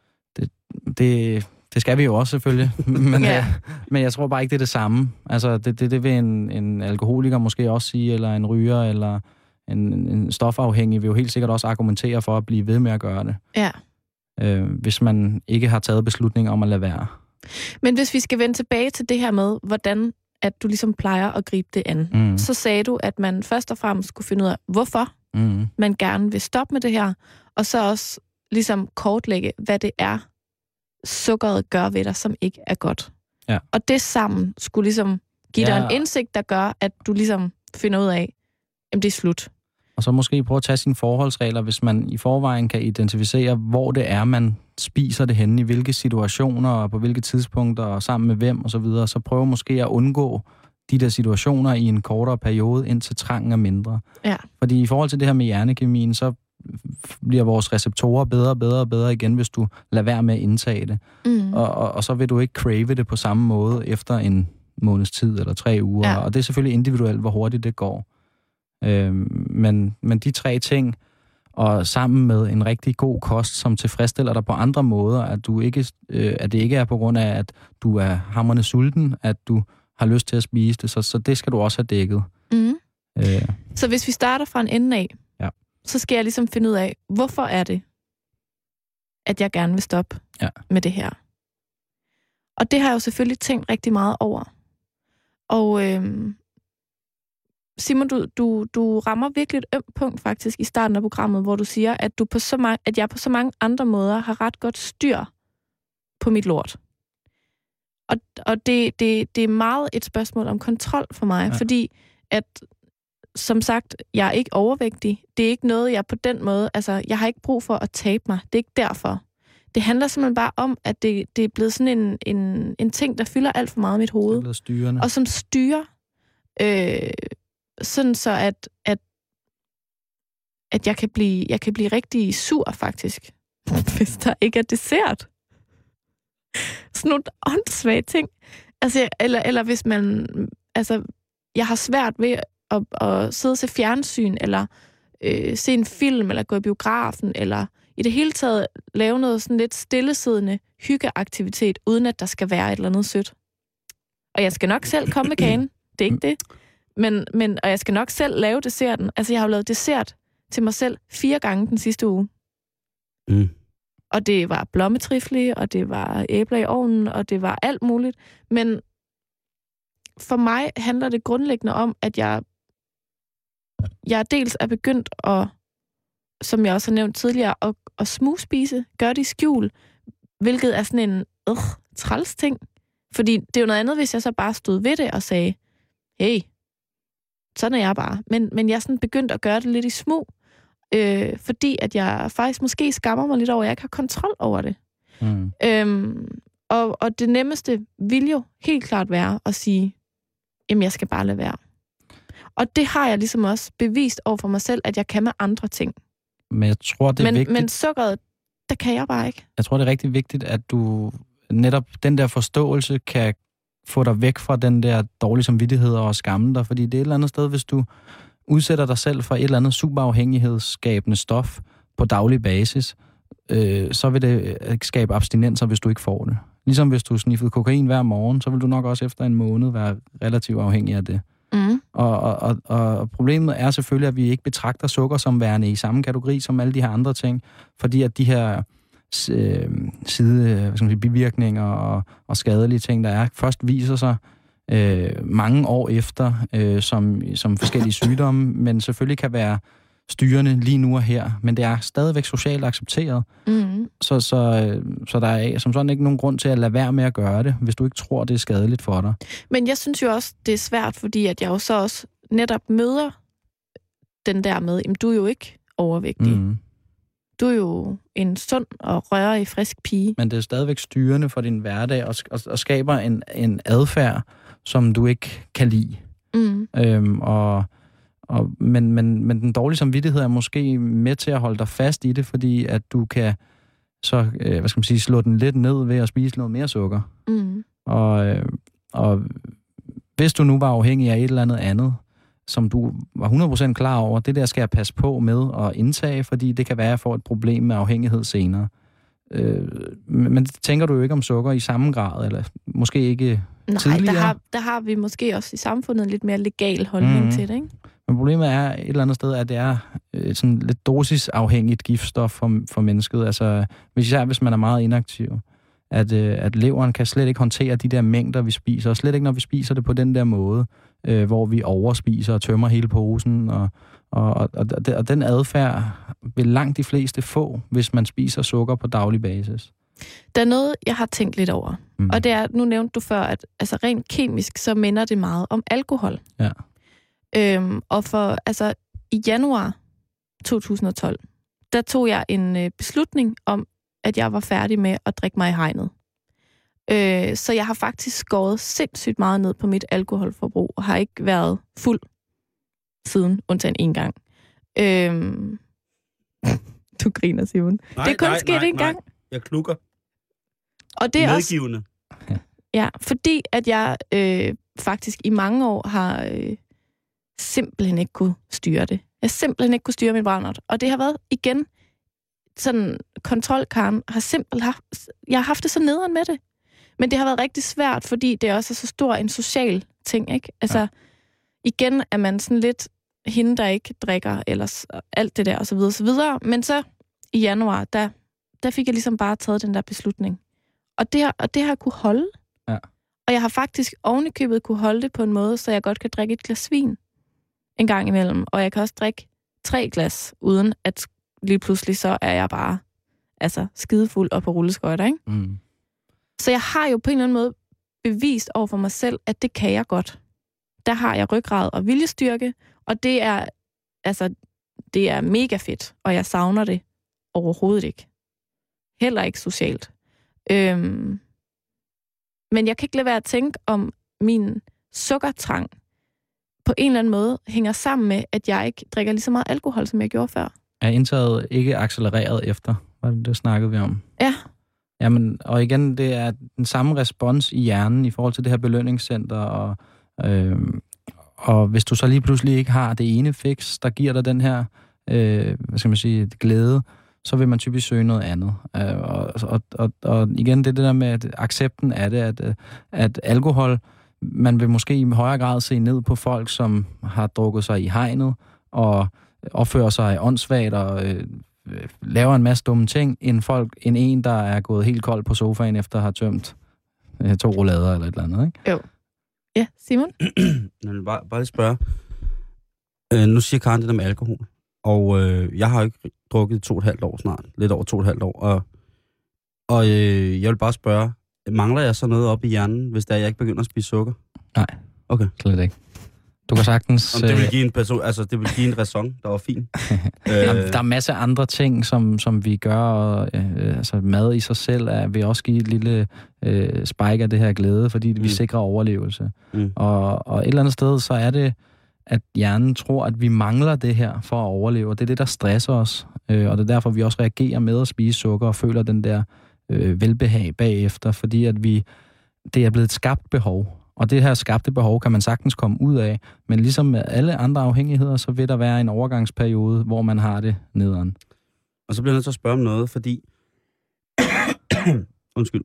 skal vi jo også selvfølgelig, men jeg tror bare ikke, det er det samme. Altså, det vil en alkoholiker måske også sige, eller en ryger, eller en stofafhængig vil jo helt sikkert også argumentere for at blive ved med at gøre det. Ja. Hvis man ikke har taget beslutning om at lade være. Men hvis vi skal vende tilbage til det her med, hvordan at du ligesom plejer at gribe det an, så sagde du, at man først og fremmest skulle finde ud af, hvorfor man gerne vil stoppe med det her, og så også ligesom kortlægge, hvad det er, sukkeret gør ved dig, som ikke er godt. Ja. Og det sammen skulle ligesom give dig en indsigt, der gør, at du ligesom finder ud af, at det er slut. Og så måske prøve at tage sine forholdsregler, hvis man i forvejen kan identificere, hvor det er, man spiser det henne, i hvilke situationer, og på hvilke tidspunkter, og sammen med hvem, og så videre. Så prøve måske at undgå de der situationer i en kortere periode, indtil trangen er mindre. Ja. Fordi i forhold til det her med hjernekemien, så bliver vores receptorer bedre og bedre igen, hvis du lader være med at indtage det. Og så vil du ikke crave det på samme måde efter en måneds tid eller 3 uger. Ja. Og det er selvfølgelig individuelt, hvor hurtigt det går. Men de 3 ting, og sammen med en rigtig god kost, som tilfredsstiller dig på andre måder, at det ikke er på grund af, at du er hamrende sulten, at du har lyst til at spise det, så det skal du også have dækket. Så hvis vi starter fra en ende af, så skal jeg ligesom finde ud af, hvorfor er det, at jeg gerne vil stoppe med det her. Og det har jeg jo selvfølgelig tænkt rigtig meget over. Og Simon, du rammer virkelig et ømt punkt faktisk i starten af programmet, hvor du siger, at jeg på så mange andre måder har ret godt styr på mit lort. Og det er meget et spørgsmål om kontrol for mig, fordi at, som sagt, jeg er ikke overvægtig. Det er ikke noget, jeg på den måde, altså, jeg har ikke brug for at tabe mig. Det er ikke derfor. Det handler simpelthen bare om, at det er blevet sådan en ting, der fylder alt for meget i mit hoved. Det er blevet styrende. Og som styrer, sådan så at jeg kan blive rigtig sur, faktisk, hvis der ikke er dessert. Sådan nogle åndssvage ting. Altså, eller hvis man, altså, jeg har svært ved at sidde og se fjernsyn, eller se en film, eller gå i biografen, eller i det hele taget lave noget sådan lidt stillesiddende hyggeaktivitet, uden at der skal være et eller andet sødt. Og jeg skal nok selv komme med kagen. Det er ikke det. Og jeg skal nok selv lave desserten. Altså, jeg har jo lavet dessert til mig selv 4 gange den sidste uge. Og det var blommetrifle, og det var æbler i ovnen, og det var alt muligt. Men for mig handler det grundlæggende om, at jeg dels er begyndt at, som jeg også har nævnt tidligere, at smugspise, gøre det i skjul, hvilket er sådan en træls ting. Fordi det er jo noget andet, hvis jeg så bare stod ved det og sagde, hey, sådan er jeg bare. Men jeg er sådan begyndt at gøre det lidt i smug, fordi at jeg faktisk måske skammer mig lidt over, at jeg ikke har kontrol over det. Og det nemmeste vil jo helt klart være at sige, jamen jeg skal bare lade være. Og det har jeg ligesom også bevist over for mig selv, at jeg kan med andre ting. Men jeg tror, det er vigtigt. Men sukkeret, det kan jeg bare ikke. Jeg tror, det er rigtig vigtigt, at du netop den der forståelse kan få dig væk fra den der dårlige samvittighed og skamme dig. Fordi det er et eller andet sted, hvis du udsætter dig selv for et eller andet superafhængighedsskabende stof på daglig basis, så vil det skabe abstinenser, hvis du ikke får det. Ligesom hvis du sniffede kokain hver morgen, så vil du nok også efter en måned være relativt afhængig af det. Og problemet er selvfølgelig, at vi ikke betragter sukker som værende i samme kategori som alle de her andre ting, fordi at de her bivirkninger og skadelige ting, der er, først viser sig mange år efter som forskellige sygdomme, men selvfølgelig kan være styrende lige nu og her, men det er stadigvæk socialt accepteret. Så der er som sådan ikke nogen grund til at lade være med at gøre det, hvis du ikke tror, det er skadeligt for dig. Men jeg synes jo også, det er svært, fordi at jeg jo så også netop møder den der med, jamen du er jo ikke overvægtig. Du er jo en sund og rørig, frisk pige. Men det er stadigvæk styrende for din hverdag og skaber en adfærd, som du ikke kan lide. Men den dårlige samvittighed er måske med til at holde dig fast i det, fordi at du kan så, slå den lidt ned ved at spise noget mere sukker. Og hvis du nu var afhængig af et eller andet, som du var 100% klar over, det der skal jeg passe på med at indtage, fordi det kan være, at jeg får et problem med afhængighed senere. Men tænker du jo ikke om sukker i samme grad, eller måske ikke tidligere? Nej, der har vi måske også i samfundet en lidt mere legal holdning til det, ikke? Men problemet er et eller andet sted, at det er sådan lidt dosisafhængigt giftstof for mennesket. Altså, især hvis man er meget inaktiv. At leveren kan slet ikke håndtere de der mængder, vi spiser. Og slet ikke, når vi spiser det på den der måde, hvor vi overspiser og tømmer hele posen. Og den adfærd vil langt de fleste få, hvis man spiser sukker på daglig basis. Der er noget, jeg har tænkt lidt over. Og det er, nu nævnte du før, at altså, rent kemisk, så minder det meget om alkohol. Ja. Og i januar 2012, der tog jeg en beslutning om, at jeg var færdig med at drikke mig i hegnet. Så jeg har faktisk skåret sindssygt meget ned på mit alkoholforbrug, og har ikke været fuld siden, undtagen en gang. Du griner, Simon. Nej, det er kun sket en gang. Jeg klukker. Og det er medgivende. også... Ja, fordi at jeg faktisk i mange år har simpelthen ikke kunne styre det. Jeg simpelthen ikke kunne styre min brændert. Og det har været igen sådan kontrolkaren jeg har haft det så nederen med det. Men det har været rigtig svært, fordi det også er så stor en social ting, ikke? Altså, igen er man sådan lidt hende, der ikke drikker, eller alt det der, og så videre, så videre. Men så i januar, der fik jeg ligesom bare taget den der beslutning. Og det har jeg kunne holde. Ja. Og jeg har faktisk ovenikøbet kunne holde det på en måde, så jeg godt kan drikke et glas vin en gang imellem. Og jeg kan også drikke 3 glas, uden at lige pludselig så er jeg bare skidefuld og på rulleskøjter, ikke? Mm. Så jeg har jo på en eller anden måde bevist over for mig selv, at det kan jeg godt. Der har jeg ryggrad og viljestyrke, og det er mega fedt, og jeg savner det overhovedet ikke. Heller ikke socialt. Men jeg kan ikke lade være at tænke om min sukkertrang på en eller anden måde hænger sammen med, at jeg ikke drikker lige så meget alkohol, som jeg gjorde før. Er indtaget ikke accelereret efter? Det snakkede vi om. Ja. Jamen, og igen, det er den samme respons i hjernen i forhold til det her belønningscenter, og hvis du så lige pludselig ikke har det ene fix, der giver dig den her, glæde, så vil man typisk søge noget andet. Og igen, det er det der med at accepten af det, at alkohol, man vil måske i højere grad se ned på folk, som har drukket sig i hegnet, og opfører sig åndssvagt og laver en masse dumme ting, end en, der er gået helt kold på sofaen, efter at have tømt 2 roulader eller et eller andet, ikke? Jo. Ja, Simon? Jeg vil bare lige spørge. Nu siger Karen det der med alkohol, og jeg har jo ikke drukket 2,5 år snart. Lidt over 2,5 år. Og jeg vil bare spørge, mangler jeg så noget op i hjernen, hvis der jeg ikke begynder at spise sukker? Nej. Okay. Slet ikke. Du kan sagtens... det vil give en ræson, der var fin. Der er masser af andre ting, som vi gør, og mad i sig selv vil også give et lille spike af det her glæde, fordi vi sikrer overlevelse. Og et eller andet sted, så er det, at hjernen tror, at vi mangler det her for at overleve, og det er det, der stresser os. Og det er derfor, vi også reagerer med at spise sukker og føler den der velbehag bagefter, fordi at det er blevet et skabt behov. Og det her skabte behov kan man sagtens komme ud af, men ligesom med alle andre afhængigheder, så vil der være en overgangsperiode, hvor man har det nederen. Og så bliver jeg nødt til at spørge om noget, fordi... Undskyld.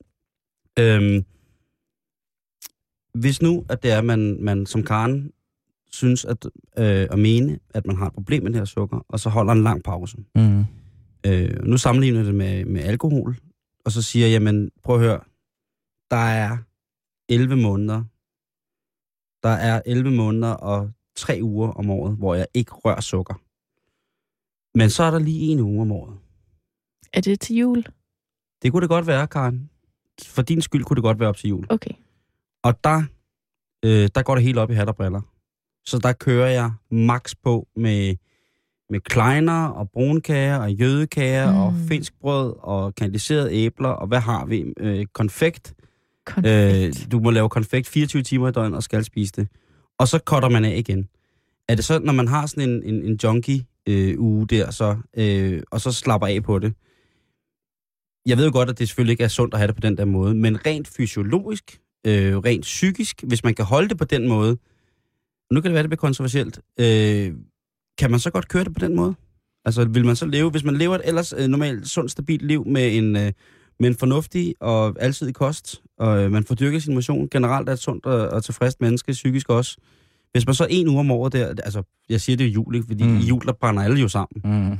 Hvis nu, at det er, man som Karen synes at mene, at man har et problem med det her sukker, og så holder en lang pause. Mm. Nu sammenligner jeg det med alkohol, og så siger jeg, jamen, prøv at høre, der er 11 måneder. Der er 11 måneder og 3 uger om året, hvor jeg ikke rører sukker. Men så er der lige 1 uge om året. Er det til jul? Det kunne det godt være, Karen. For din skyld kunne det godt være op til jul. Okay. Og der går det helt op i hat og briller. Så der kører jeg max på med kleiner og brunkager og jødekager og finsk brød og kandiserede æbler. Og hvad har vi? Konfekt. Du må lave konfekt 24 timer i døgnet og skal spise det. Og så cutter man af igen. Er det så, når man har sådan en junkie uge der, og så slapper af på det? Jeg ved jo godt, at det selvfølgelig ikke er sundt at have det på den der måde, men rent fysiologisk, rent psykisk, hvis man kan holde det på den måde, nu kan det være, det bliver kontroversielt, kan man så godt køre det på den måde? Altså vil man så leve, hvis man lever et ellers normalt sundt, stabilt liv med en fornuftig og alsidig kost, og man får dyrket sin motion, generelt er et sundt og tilfredst menneske, psykisk også. Hvis man så 1 uge om året der, altså jeg siger det er jul, ikke? Fordi i jul der brænder alle jo sammen.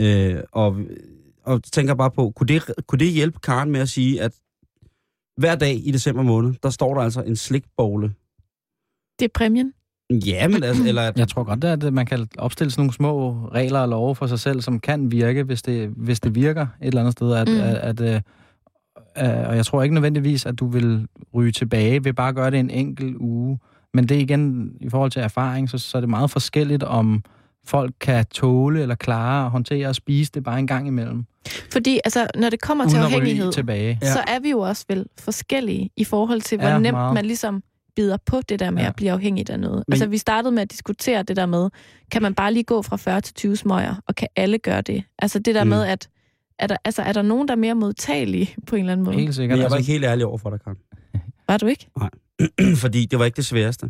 Og tænker bare på, kunne det hjælpe Karen med at sige, at hver dag i december måned, der står der altså en slikbogle. Det er præmien. Ja, men altså... Eller jeg tror godt, at man kan opstille sådan nogle små regler og love for sig selv, som kan virke, hvis det virker et eller andet sted, Og jeg tror ikke nødvendigvis, at du vil ryge tilbage ved bare at gøre det en enkelt uge. Men det igen, i forhold til erfaring, så er det meget forskelligt, om folk kan tåle eller klare og håndtere og spise det bare en gang imellem. Fordi altså, når det kommer til afhængighed, så er vi jo også vel forskellige i forhold til, hvor nemt man ligesom bider på det der med at blive afhængig af noget. Men, altså, vi startede med at diskutere det der med, kan man bare lige gå fra 40 til 20 smøger, og kan alle gøre det? Altså det der med, at er der nogen, der er mere modtagelige på en eller anden måde? Helt sikkert. Men jeg var ikke helt ærlig over for dig, Karen. Var du ikke? Nej. Fordi det var ikke det sværeste.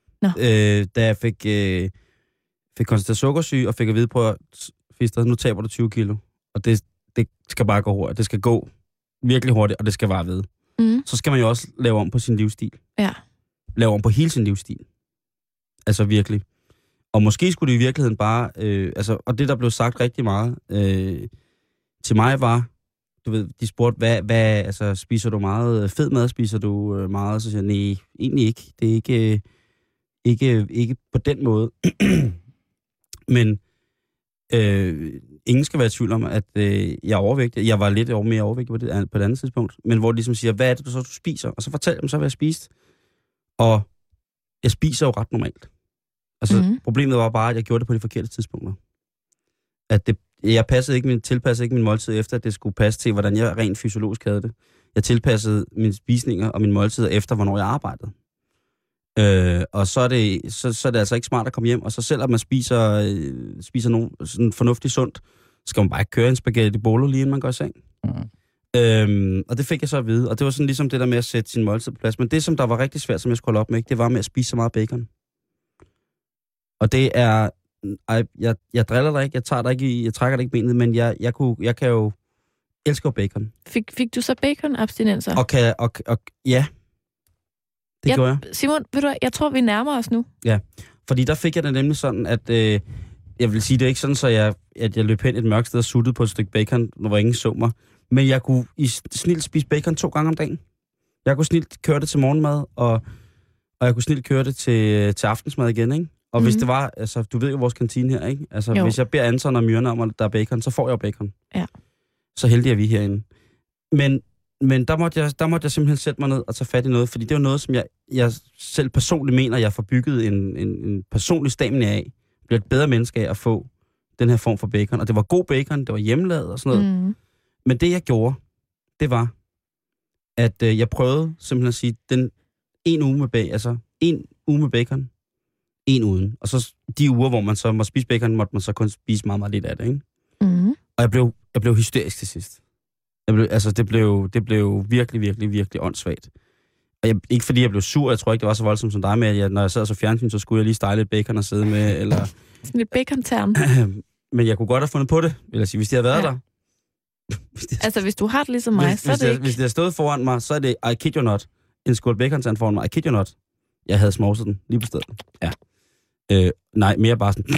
Da jeg fik konstateret sukkersyge, og fik at vide på, at nu taber du 20 kilo. Og det skal bare gå hurtigt. Det skal gå virkelig hurtigt, og det skal bare ved. Så skal man jo også lave om på sin livsstil. Ja. Lave om på hele sin livsstil. Altså virkelig. Og måske skulle det i virkeligheden bare... og det, der blev sagt rigtig meget til mig, var... Du ved, de spurgte, hvad spiser du meget fed mad? Spiser du meget? Så siger jeg, nej, egentlig ikke. Det er ikke på den måde. Men ingen skal være i tvivl om, at jeg er overvægtig. Jeg var lidt mere overvægtig på et andet tidspunkt. Men hvor de ligesom siger, hvad er det, du spiser? Og så fortæller dem så, hvad jeg spiste. Og jeg spiser jo ret normalt. Altså, problemet var bare, at jeg gjorde det på de forkerte tidspunkter. At jeg tilpassede ikke min måltid efter, at det skulle passe til, hvordan jeg rent fysiologisk havde det. Jeg tilpassede mine spisninger og mine måltider efter, hvornår jeg arbejdede. Og så er det altså ikke smart at komme hjem, og så selvom man spiser nogen sådan fornuftigt sundt, skal man bare ikke køre en spaghetti bolo lige inden man går i seng. Og det fik jeg så at vide, og det var sådan ligesom det der med at sætte sin måltid på plads. Men det, som der var rigtig svært, som jeg skulle holde op med, det var med at spise så meget bacon. Og det er... Jeg driller dig ikke, jeg trækker dig ikke benet, men jeg kan jo elske bacon. Fik du så bacon-abstinenser? Og ja, det gjorde jeg. Simon, ved du, jeg tror, vi nærmer os nu. Ja, fordi der fik jeg det nemlig sådan, at jeg vil sige, det er ikke sådan, så at jeg løb hen et mørkt sted og suttede på et stykke bacon, hvor ingen så mig. Men jeg kunne snilt spise bacon 2 gange om dagen. Jeg kunne snilt køre det til morgenmad, og jeg kunne snilt køre det til aftensmad igen, ikke? Og hvis det var, altså, du ved jo vores kantine her, ikke? Altså, hvis jeg beder Anton og Myrne om, at der er bacon, så får jeg jo bacon. Ja. Så heldig er vi herinde. Men der måtte jeg simpelthen sætte mig ned og tage fat i noget, fordi det var noget, som jeg selv personligt mener, jeg får bygget en personlig stamina af. Bliver et bedre menneske af at få den her form for bacon. Og det var god bacon, det var hjemmelavet og sådan noget. Men det, jeg gjorde, det var, at jeg prøvede simpelthen at sige, en uge med bacon, en uden. Og så de uger, hvor man så må spise bacon, måtte man så kun spise meget, meget lidt af det, ikke? Og jeg blev hysterisk til sidst. Det blev virkelig, virkelig, virkelig åndssvagt. Og ikke fordi jeg blev sur, jeg tror ikke, det var så voldsomt som dig med, at når jeg sad så fjernsyn, så skulle jeg lige stege lidt bacon og sidde med, eller... Sådan lidt bacon-tern. Men jeg kunne godt have fundet på det, vil jeg sige, hvis de havde været der. Altså, hvis du har det ligesom mig, så er det ikke... Hvis det havde stået foran mig, så er det, I kid you not, en skål bacon-tern foran mig, I kid you not. Jeg havde smovset den lige på stedet. Ja. Nej, mere bare sådan...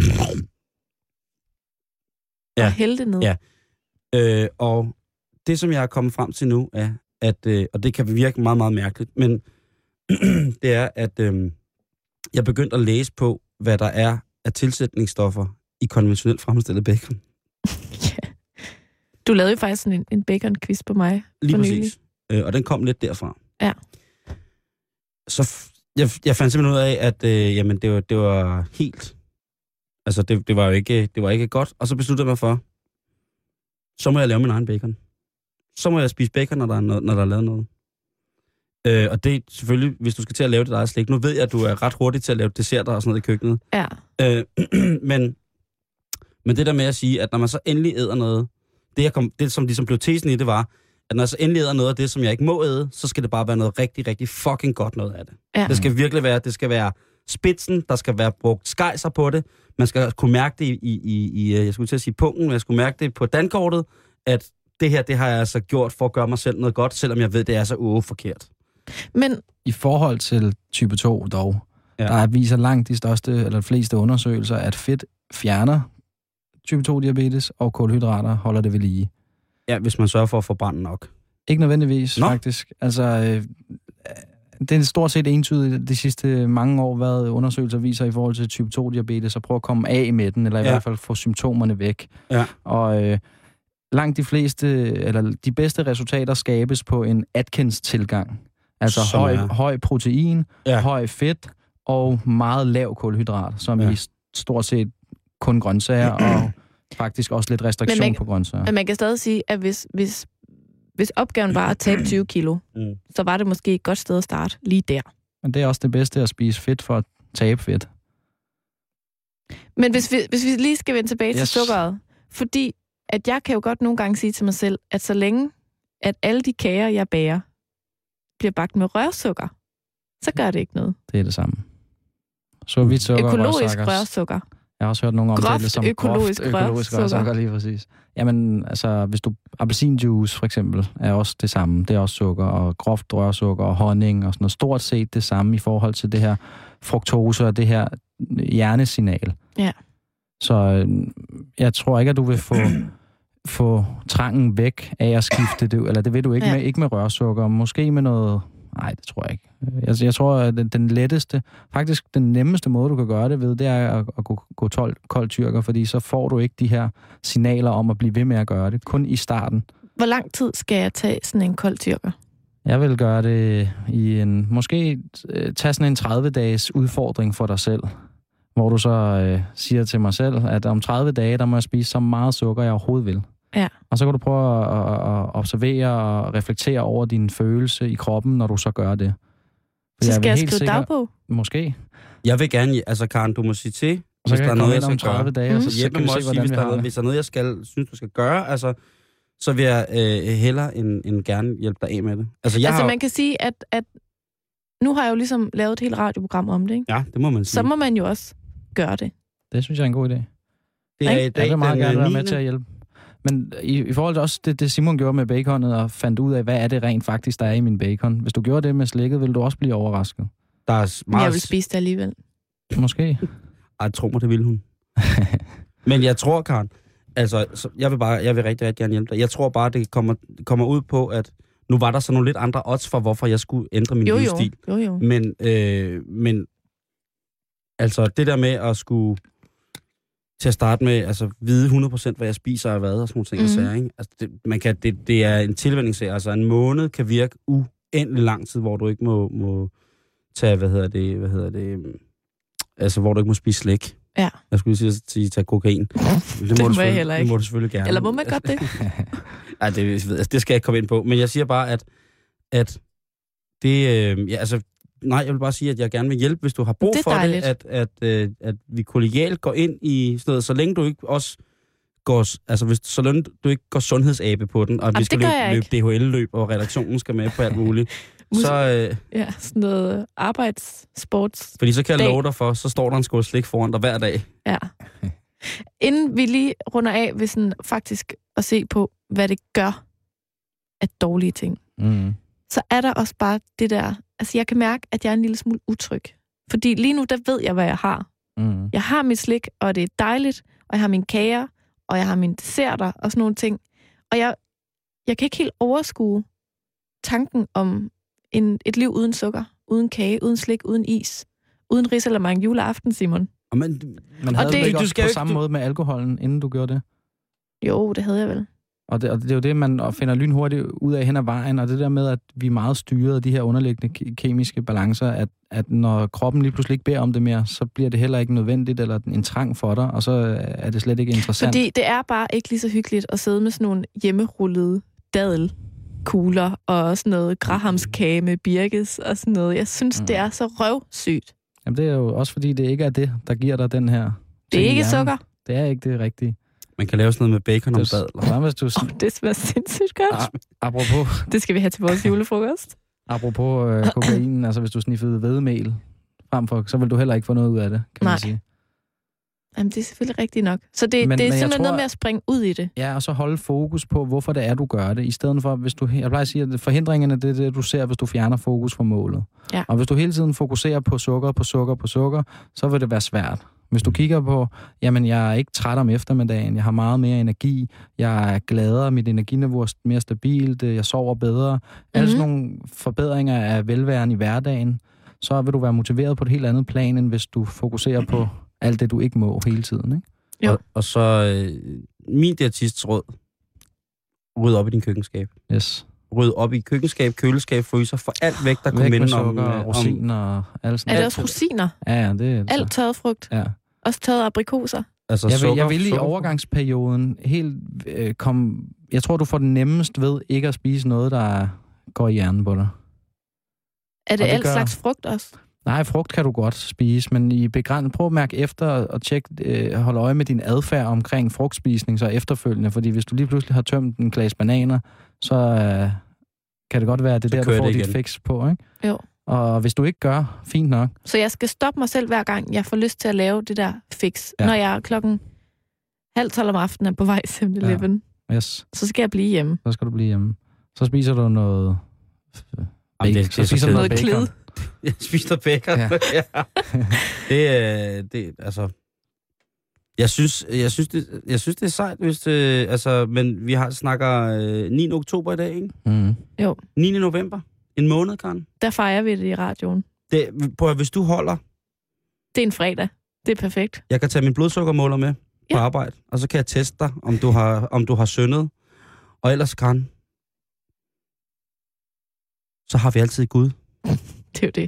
Ja. Og hælde det ned. Ja. Og det, som jeg er kommet frem til nu, er, at, og det kan virke meget, meget mærkeligt, men det er, at jeg begyndte at læse på, hvad der er af tilsætningsstoffer i konventionelt fremstillet bacon. Ja. Du lavede jo faktisk sådan en bacon-quiz på mig. Lige præcis. Og den kom lidt derfra. Ja. Så jeg fandt simpelthen ud af, at jamen, det var helt... Altså, det var ikke godt. Og så besluttede jeg mig for, så må jeg lave min egen bacon. Så må jeg spise bacon, når der er lavet noget. Og det er selvfølgelig, hvis du skal til at lave det eget slik. Nu ved jeg, at du er ret hurtig til at lave desserter og sådan noget i køkkenet. Ja. Men det der med at sige, at når man så endelig æder noget, det som ligesom blev tesen i, det var, at når jeg så endelig æder noget af det, som jeg ikke må æde, så skal det bare være noget rigtig, rigtig fucking godt noget af det. Ja. Det skal virkelig være, det skal være spidsen, der skal være brugt skejser på det. Man skal kunne mærke det i jeg skulle til at sige pungen, men jeg skulle mærke det på dankortet, at det her, det har jeg altså gjort for at gøre mig selv noget godt, selvom jeg ved, det er så forkert. Men i forhold til type 2 dog, der viser langt de største eller fleste undersøgelser, at fedt fjerner type 2 diabetes, og kulhydrater holder det ved lige. Ja, hvis man sørger for at forbrænde nok. Ikke nødvendigvis, faktisk. Altså, det er stort set entydigt de sidste mange år, hvad undersøgelser viser i forhold til type 2 diabetes, og prøve at komme af med den, eller i hvert fald få symptomerne væk. Ja. Og langt de fleste, eller de bedste resultater skabes på en Atkins-tilgang. Altså høj protein, høj fedt og meget lav kulhydrat, som i stort set kun grøntsager og faktisk også lidt restriktion på grøntsager. Men man kan stadig sige, at hvis opgaven var at tabe 20 kilo, så var det måske et godt sted at starte lige der. Men det er også det bedste at spise fedt for at tabe fedt. Men hvis vi lige skal vende tilbage til sukkeret, fordi at jeg kan jo godt nogle gange sige til mig selv, at så længe at alle de kager, jeg bager, bliver bagt med rørsukker, så gør det ikke noget. Det er det samme. Så hvidt sukker, økologisk rørsukker. Jeg har også hørt nogen omtale det som økologisk rørsukker, lige præcis. Jamen, altså, hvis du appelsinjuice for eksempel, er også det samme. Det er også sukker, og groft rørsukker, og honning, og sådan noget. Stort set det samme i forhold til det her fruktose og det her hjernesignal. Ja. Så jeg tror ikke, at du vil få trangen væk af at skifte det, eller det vil du ikke, ikke med rørsukker, måske med noget. Nej, det tror jeg ikke. Jeg tror, at den letteste, faktisk den nemmeste måde, du kan gøre det ved, det er at gå kold tyrker, fordi så får du ikke de her signaler om at blive ved med at gøre det, kun i starten. Hvor lang tid skal jeg tage sådan en kold tyrker? Jeg vil gøre det i måske tage sådan en 30-dages udfordring for dig selv, hvor du så siger til mig selv, at om 30 dage, der må jeg spise så meget sukker, jeg overhovedet vil. Ja. Og så kan du prøve at observere og reflektere over din følelse i kroppen, når du så gør det. For så skal jeg skrive dagbog? Måske. Jeg vil gerne, altså Karen, du må sige til, hvis der er noget, jeg skal 30 dage, så kan vi se, hvordan vi har det. Hvis der er noget, jeg synes, du skal gøre, altså, så vil jeg hellere end gerne hjælpe dig af med det. Altså man kan sige, at nu har jeg jo ligesom lavet et helt radioprogram om det, ikke? Ja, det må man sige. Så må man jo også gøre det. Det synes jeg er en god idé. Jeg vil meget gerne være med til at hjælpe. Men i forhold til også det Simon gjorde med baconet og fandt ud af, hvad er det rent faktisk, der er i min bacon. Hvis du gjorde det med slikket, ville du også blive overrasket. Der er meget... Jeg vil spise det alligevel. Måske. Ej, tro mig, det vil hun. Men jeg tror, Karen, altså, jeg vil rigtig, rigtig gerne hjælpe dig. Jeg tror bare, det kommer ud på, at nu var der så nogle lidt andre odds for, hvorfor jeg skulle ændre min livsstil. Jo. Men altså, det der med at skulle til at starte med, altså vide 100% hvad jeg spiser og hvad og sådan nogle ting, ikke? Altså, det er en tilvænningssag. Altså en måned kan virke uendelig lang tid, hvor du ikke må tage, altså hvor du ikke må spise slik. Ja. Jeg skulle lige sige tage kokain. Det må jeg heller ikke. Det må du selvfølgelig gerne. Eller må man godt det? Ej, det skal jeg ikke komme ind på. Men jeg siger bare, at det, nej, jeg vil bare sige, at jeg gerne vil hjælpe, hvis du har brug for det, at vi kollegialt går ind i sådan noget, så længe du ikke også går, altså så længe du ikke går sundhedsabe på den, og vi skal løbe DHL-løb, og redaktionen skal med på alt muligt. Så, ja, sådan noget arbejdssports. Fordi så kan jeg love dig for, så står der en skål slik foran dig hver dag. Ja. Inden vi lige runder af ved sådan faktisk at se på, hvad det gør af dårlige ting, så er der også bare det der. Altså, jeg kan mærke, at jeg er en lille smule utryg. Fordi lige nu, der ved jeg, hvad jeg har. Jeg har mit slik, og det er dejligt, og jeg har mine kager, og jeg har mine desserter, og sådan nogle ting. Og jeg kan ikke helt overskue tanken om et liv uden sukker, uden kage, uden slik, uden is, uden risalamande juleaften, Simon. Men havde du ikke også på samme måde med alkoholen, inden du gjorde det? Jo, det havde jeg vel. Og det er jo det, man finder lynhurtigt ud af hen ad vejen, og det der med, at vi er meget styret af de her underliggende kemiske balancer, at når kroppen lige pludselig ikke beder om det mere, så bliver det heller ikke nødvendigt, eller en trang for dig, og så er det slet ikke interessant. Fordi det er bare ikke lige så hyggeligt at sidde med sådan nogle hjemmerullede dadelkugler, og sådan noget grahamskage med birkes, og sådan noget. Jeg synes, det er så røvsygt. Jamen, det er jo også fordi, det ikke er det, der giver dig den her... Det er ikke sukker. Det er ikke det rigtige. Man kan lave sådan noget med bacon og dadler. Det smager sindssygt godt. Apropos... Det skal vi have til vores julefrokost. Apropos kokainen, altså hvis du sniffede hvedemel fremfor, så vil du heller ikke få noget ud af det, kan man sige. Jamen, det er selvfølgelig rigtigt nok. Så det er simpelthen noget med at springe ud i det. Ja, og så holde fokus på, hvorfor det er, du gør det. I stedet for, hvis du... Jeg plejer at sige, at forhindringerne, det er det, du ser, hvis du fjerner fokus fra målet. Ja. Og hvis du hele tiden fokuserer på sukker, så vil det være svært. Hvis du kigger på, jamen, jeg er ikke træt om eftermiddagen, jeg har meget mere energi, jeg er gladere, mit energiniveau er mere stabilt, jeg sover bedre. Alle sådan nogle forbedringer af velværen i hverdagen, så vil du være motiveret på et helt andet plan, end hvis du fokuserer på alt det, du ikke må hele tiden, ikke? Jo. Og så min diætists råd, rydde op i din køkkenskab. Yes. Rydde op i køkkenskab, køleskab, fryser, for alt væk, der kunne minde om... rosiner og alt sådan. Er det også rosiner? Ja, det er... Alt tørret frugt? Ja. Også tørret aprikoser? Altså jeg vil i overgangsperioden helt jeg tror, du får den nemmest ved ikke at spise noget, der går i hjernen på dig. Er det alt slags frugt også? Nej, frugt kan du godt spise, men prøv at mærke efter og holde øje med din adfærd omkring frugtspisning så efterfølgende, fordi hvis du lige pludselig har tømt en glas bananer, så kan det godt være, at det der, du får dit fix på, ikke? Jo. Og hvis du ikke gør, fint nok. Så jeg skal stoppe mig selv hver gang, jeg får lyst til at lave det der fix, når jeg 11:30 om aftenen er på vej til 7-Eleven. Ja. Yes. Så skal jeg blive hjemme. Så skal du blive hjemme. Så spiser du noget... så spiser du noget klid. Jeg spiser bacon. Ja. Det altså... Jeg synes, det er sejt, hvis det... men vi snakker 9. oktober i dag, ikke? Mm. Jo. 9. november. En måned, Karen. Der fejrer vi det i radioen. Hvis du holder... Det er en fredag. Det er perfekt. Jeg kan tage min blodsukkermåler med på arbejde, og så kan jeg teste dig, om du har syndet. Og ellers, Karen, så har vi altid Gud. Det er jo det.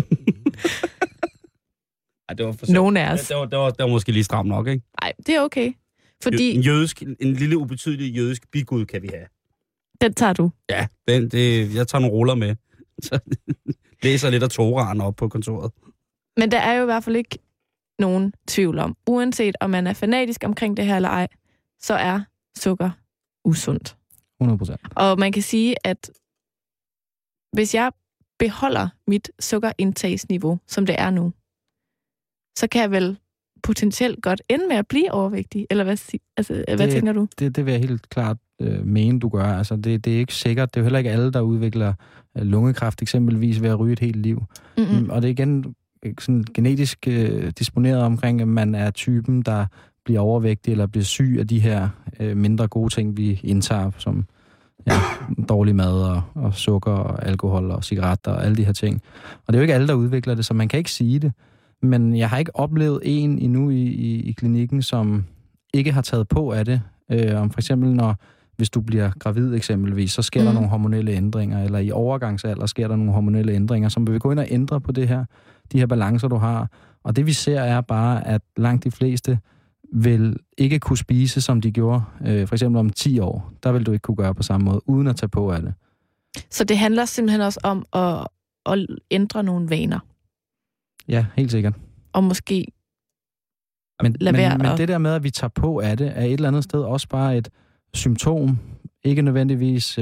Ej, det var for nogen af os. Det var måske lige stramt nok, ikke? Nej, det er okay. Fordi... En lille ubetydelig jødisk bigud kan vi have. Den tager du? Ja, jeg tager nogle ruller med. Så læser lidt af Toraen op på kontoret. Men der er jo i hvert fald ikke nogen tvivl om, uanset om man er fanatisk omkring det her eller ej, så er sukker usundt. 100%. Og man kan sige, at hvis jeg beholder mit sukkerindtagsniveau, som det er nu, så kan jeg vel potentielt godt ende med at blive overvægtig, eller hvad tænker du? Det vil jeg helt klart mene, du gør. Altså, det er ikke sikkert. Det er jo heller ikke alle, der udvikler lungekræft eksempelvis ved at ryge et helt liv. Mm-hmm. Og det er igen sådan genetisk disponeret omkring, at man er typen, der bliver overvægtig eller bliver syg af de her mindre gode ting, vi indtager, som dårlig mad og sukker og alkohol og cigaretter og alle de her ting. Og det er jo ikke alle, der udvikler det, så man kan ikke sige det. Men jeg har ikke oplevet en endnu i klinikken, som ikke har taget på af det. Om for eksempel, hvis du bliver gravid eksempelvis, så sker der nogle hormonelle ændringer, eller i overgangsalder sker der nogle hormonelle ændringer, som vil gå ind og ændre på de her balancer, du har. Og det vi ser er bare, at langt de fleste vil ikke kunne spise, som de gjorde. For eksempel om 10 år, der vil du ikke kunne gøre på samme måde, uden at tage på af det. Så det handler simpelthen også om at ændre nogle vaner? Ja, helt sikkert. Og måske men det der med, at vi tager på af det, er et eller andet sted også bare et symptom. Ikke nødvendigvis...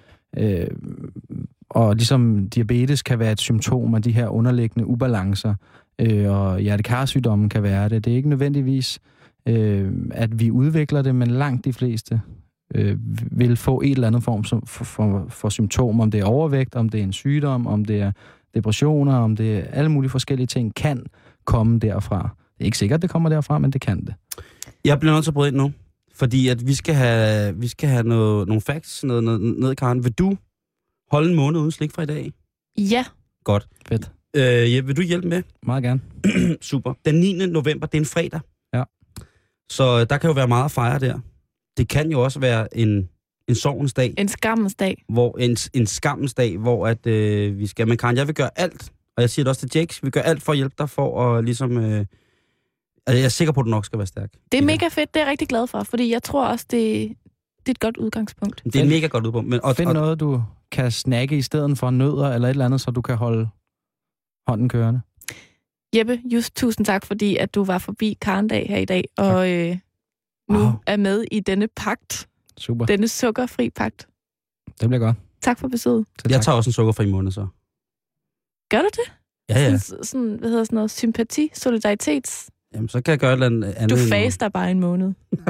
og ligesom diabetes kan være et symptom af de her underliggende ubalancer, og hjertekarsygdommen kan være det. Det er ikke nødvendigvis, at vi udvikler det, men langt de fleste vil få et eller andet form for symptom. Om det er overvægt, om det er en sygdom, om det er depressioner, om det er alle mulige forskellige ting, kan komme derfra. Det er ikke sikkert, det kommer derfra, men det kan det. Jeg bliver nødt til at bryde ind nu, fordi at vi skal have nogle facts ned, Karen. Vil du holde en måned uden slik fra i dag? Ja. Godt. Fedt. Vil du hjælpe med? Meget gerne. Super. Den 9. november, det er en fredag. Ja. Så der kan jo være meget at fejre der. Det kan jo også være en sorgens dag. En skammens dag. En skammens dag, hvor at, vi skal... Men Karen, jeg vil gøre alt, og jeg siger det også til Jakes, vi gør alt for at hjælpe dig for at ligesom... altså, jeg er sikker på, at du nok skal være stærk. Det er mega fedt, det er jeg rigtig glad for, fordi jeg tror også, det er et godt udgangspunkt. Det er et mega godt udgangspunkt. Find noget, du kan snakke i stedet for nødder eller et eller andet, så du kan holde hånden kørende. Jeppe, just tusind tak, fordi at du var forbi Karendag her i dag, og nu er med i denne pagt. Super. Denne sukkerfri pagt. Det bliver godt. Tak for besøget. Jeg tager også en sukkerfri måned, så. Gør du det? Ja. Sådan, hvad hedder sådan noget? Sympati? Solidaritets? Jamen, så kan jeg gøre et eller andet. Du faster bare en måned.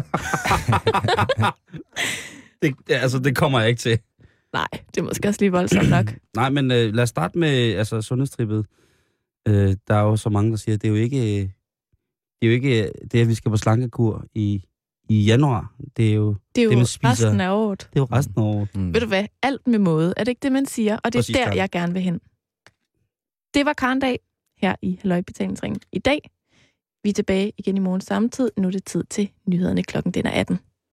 det kommer jeg ikke til. Nej, det er måske også lige voldsomt nok. Nej, men lad os starte med sundhedstrippet. Der er jo så mange, der siger, at det er jo ikke det, at vi skal på slankekur i januar. Det er jo resten af året. Det er jo resten af året. Ved du hvad? Alt med måde. Er det ikke det, man siger? Og det er præcis der, jeg gerne vil hen. Det var Karendag her i Halløj Betalingsringen i dag. Vi er tilbage igen i morgen samme tid. Nu er det tid til nyhederne klokken 18.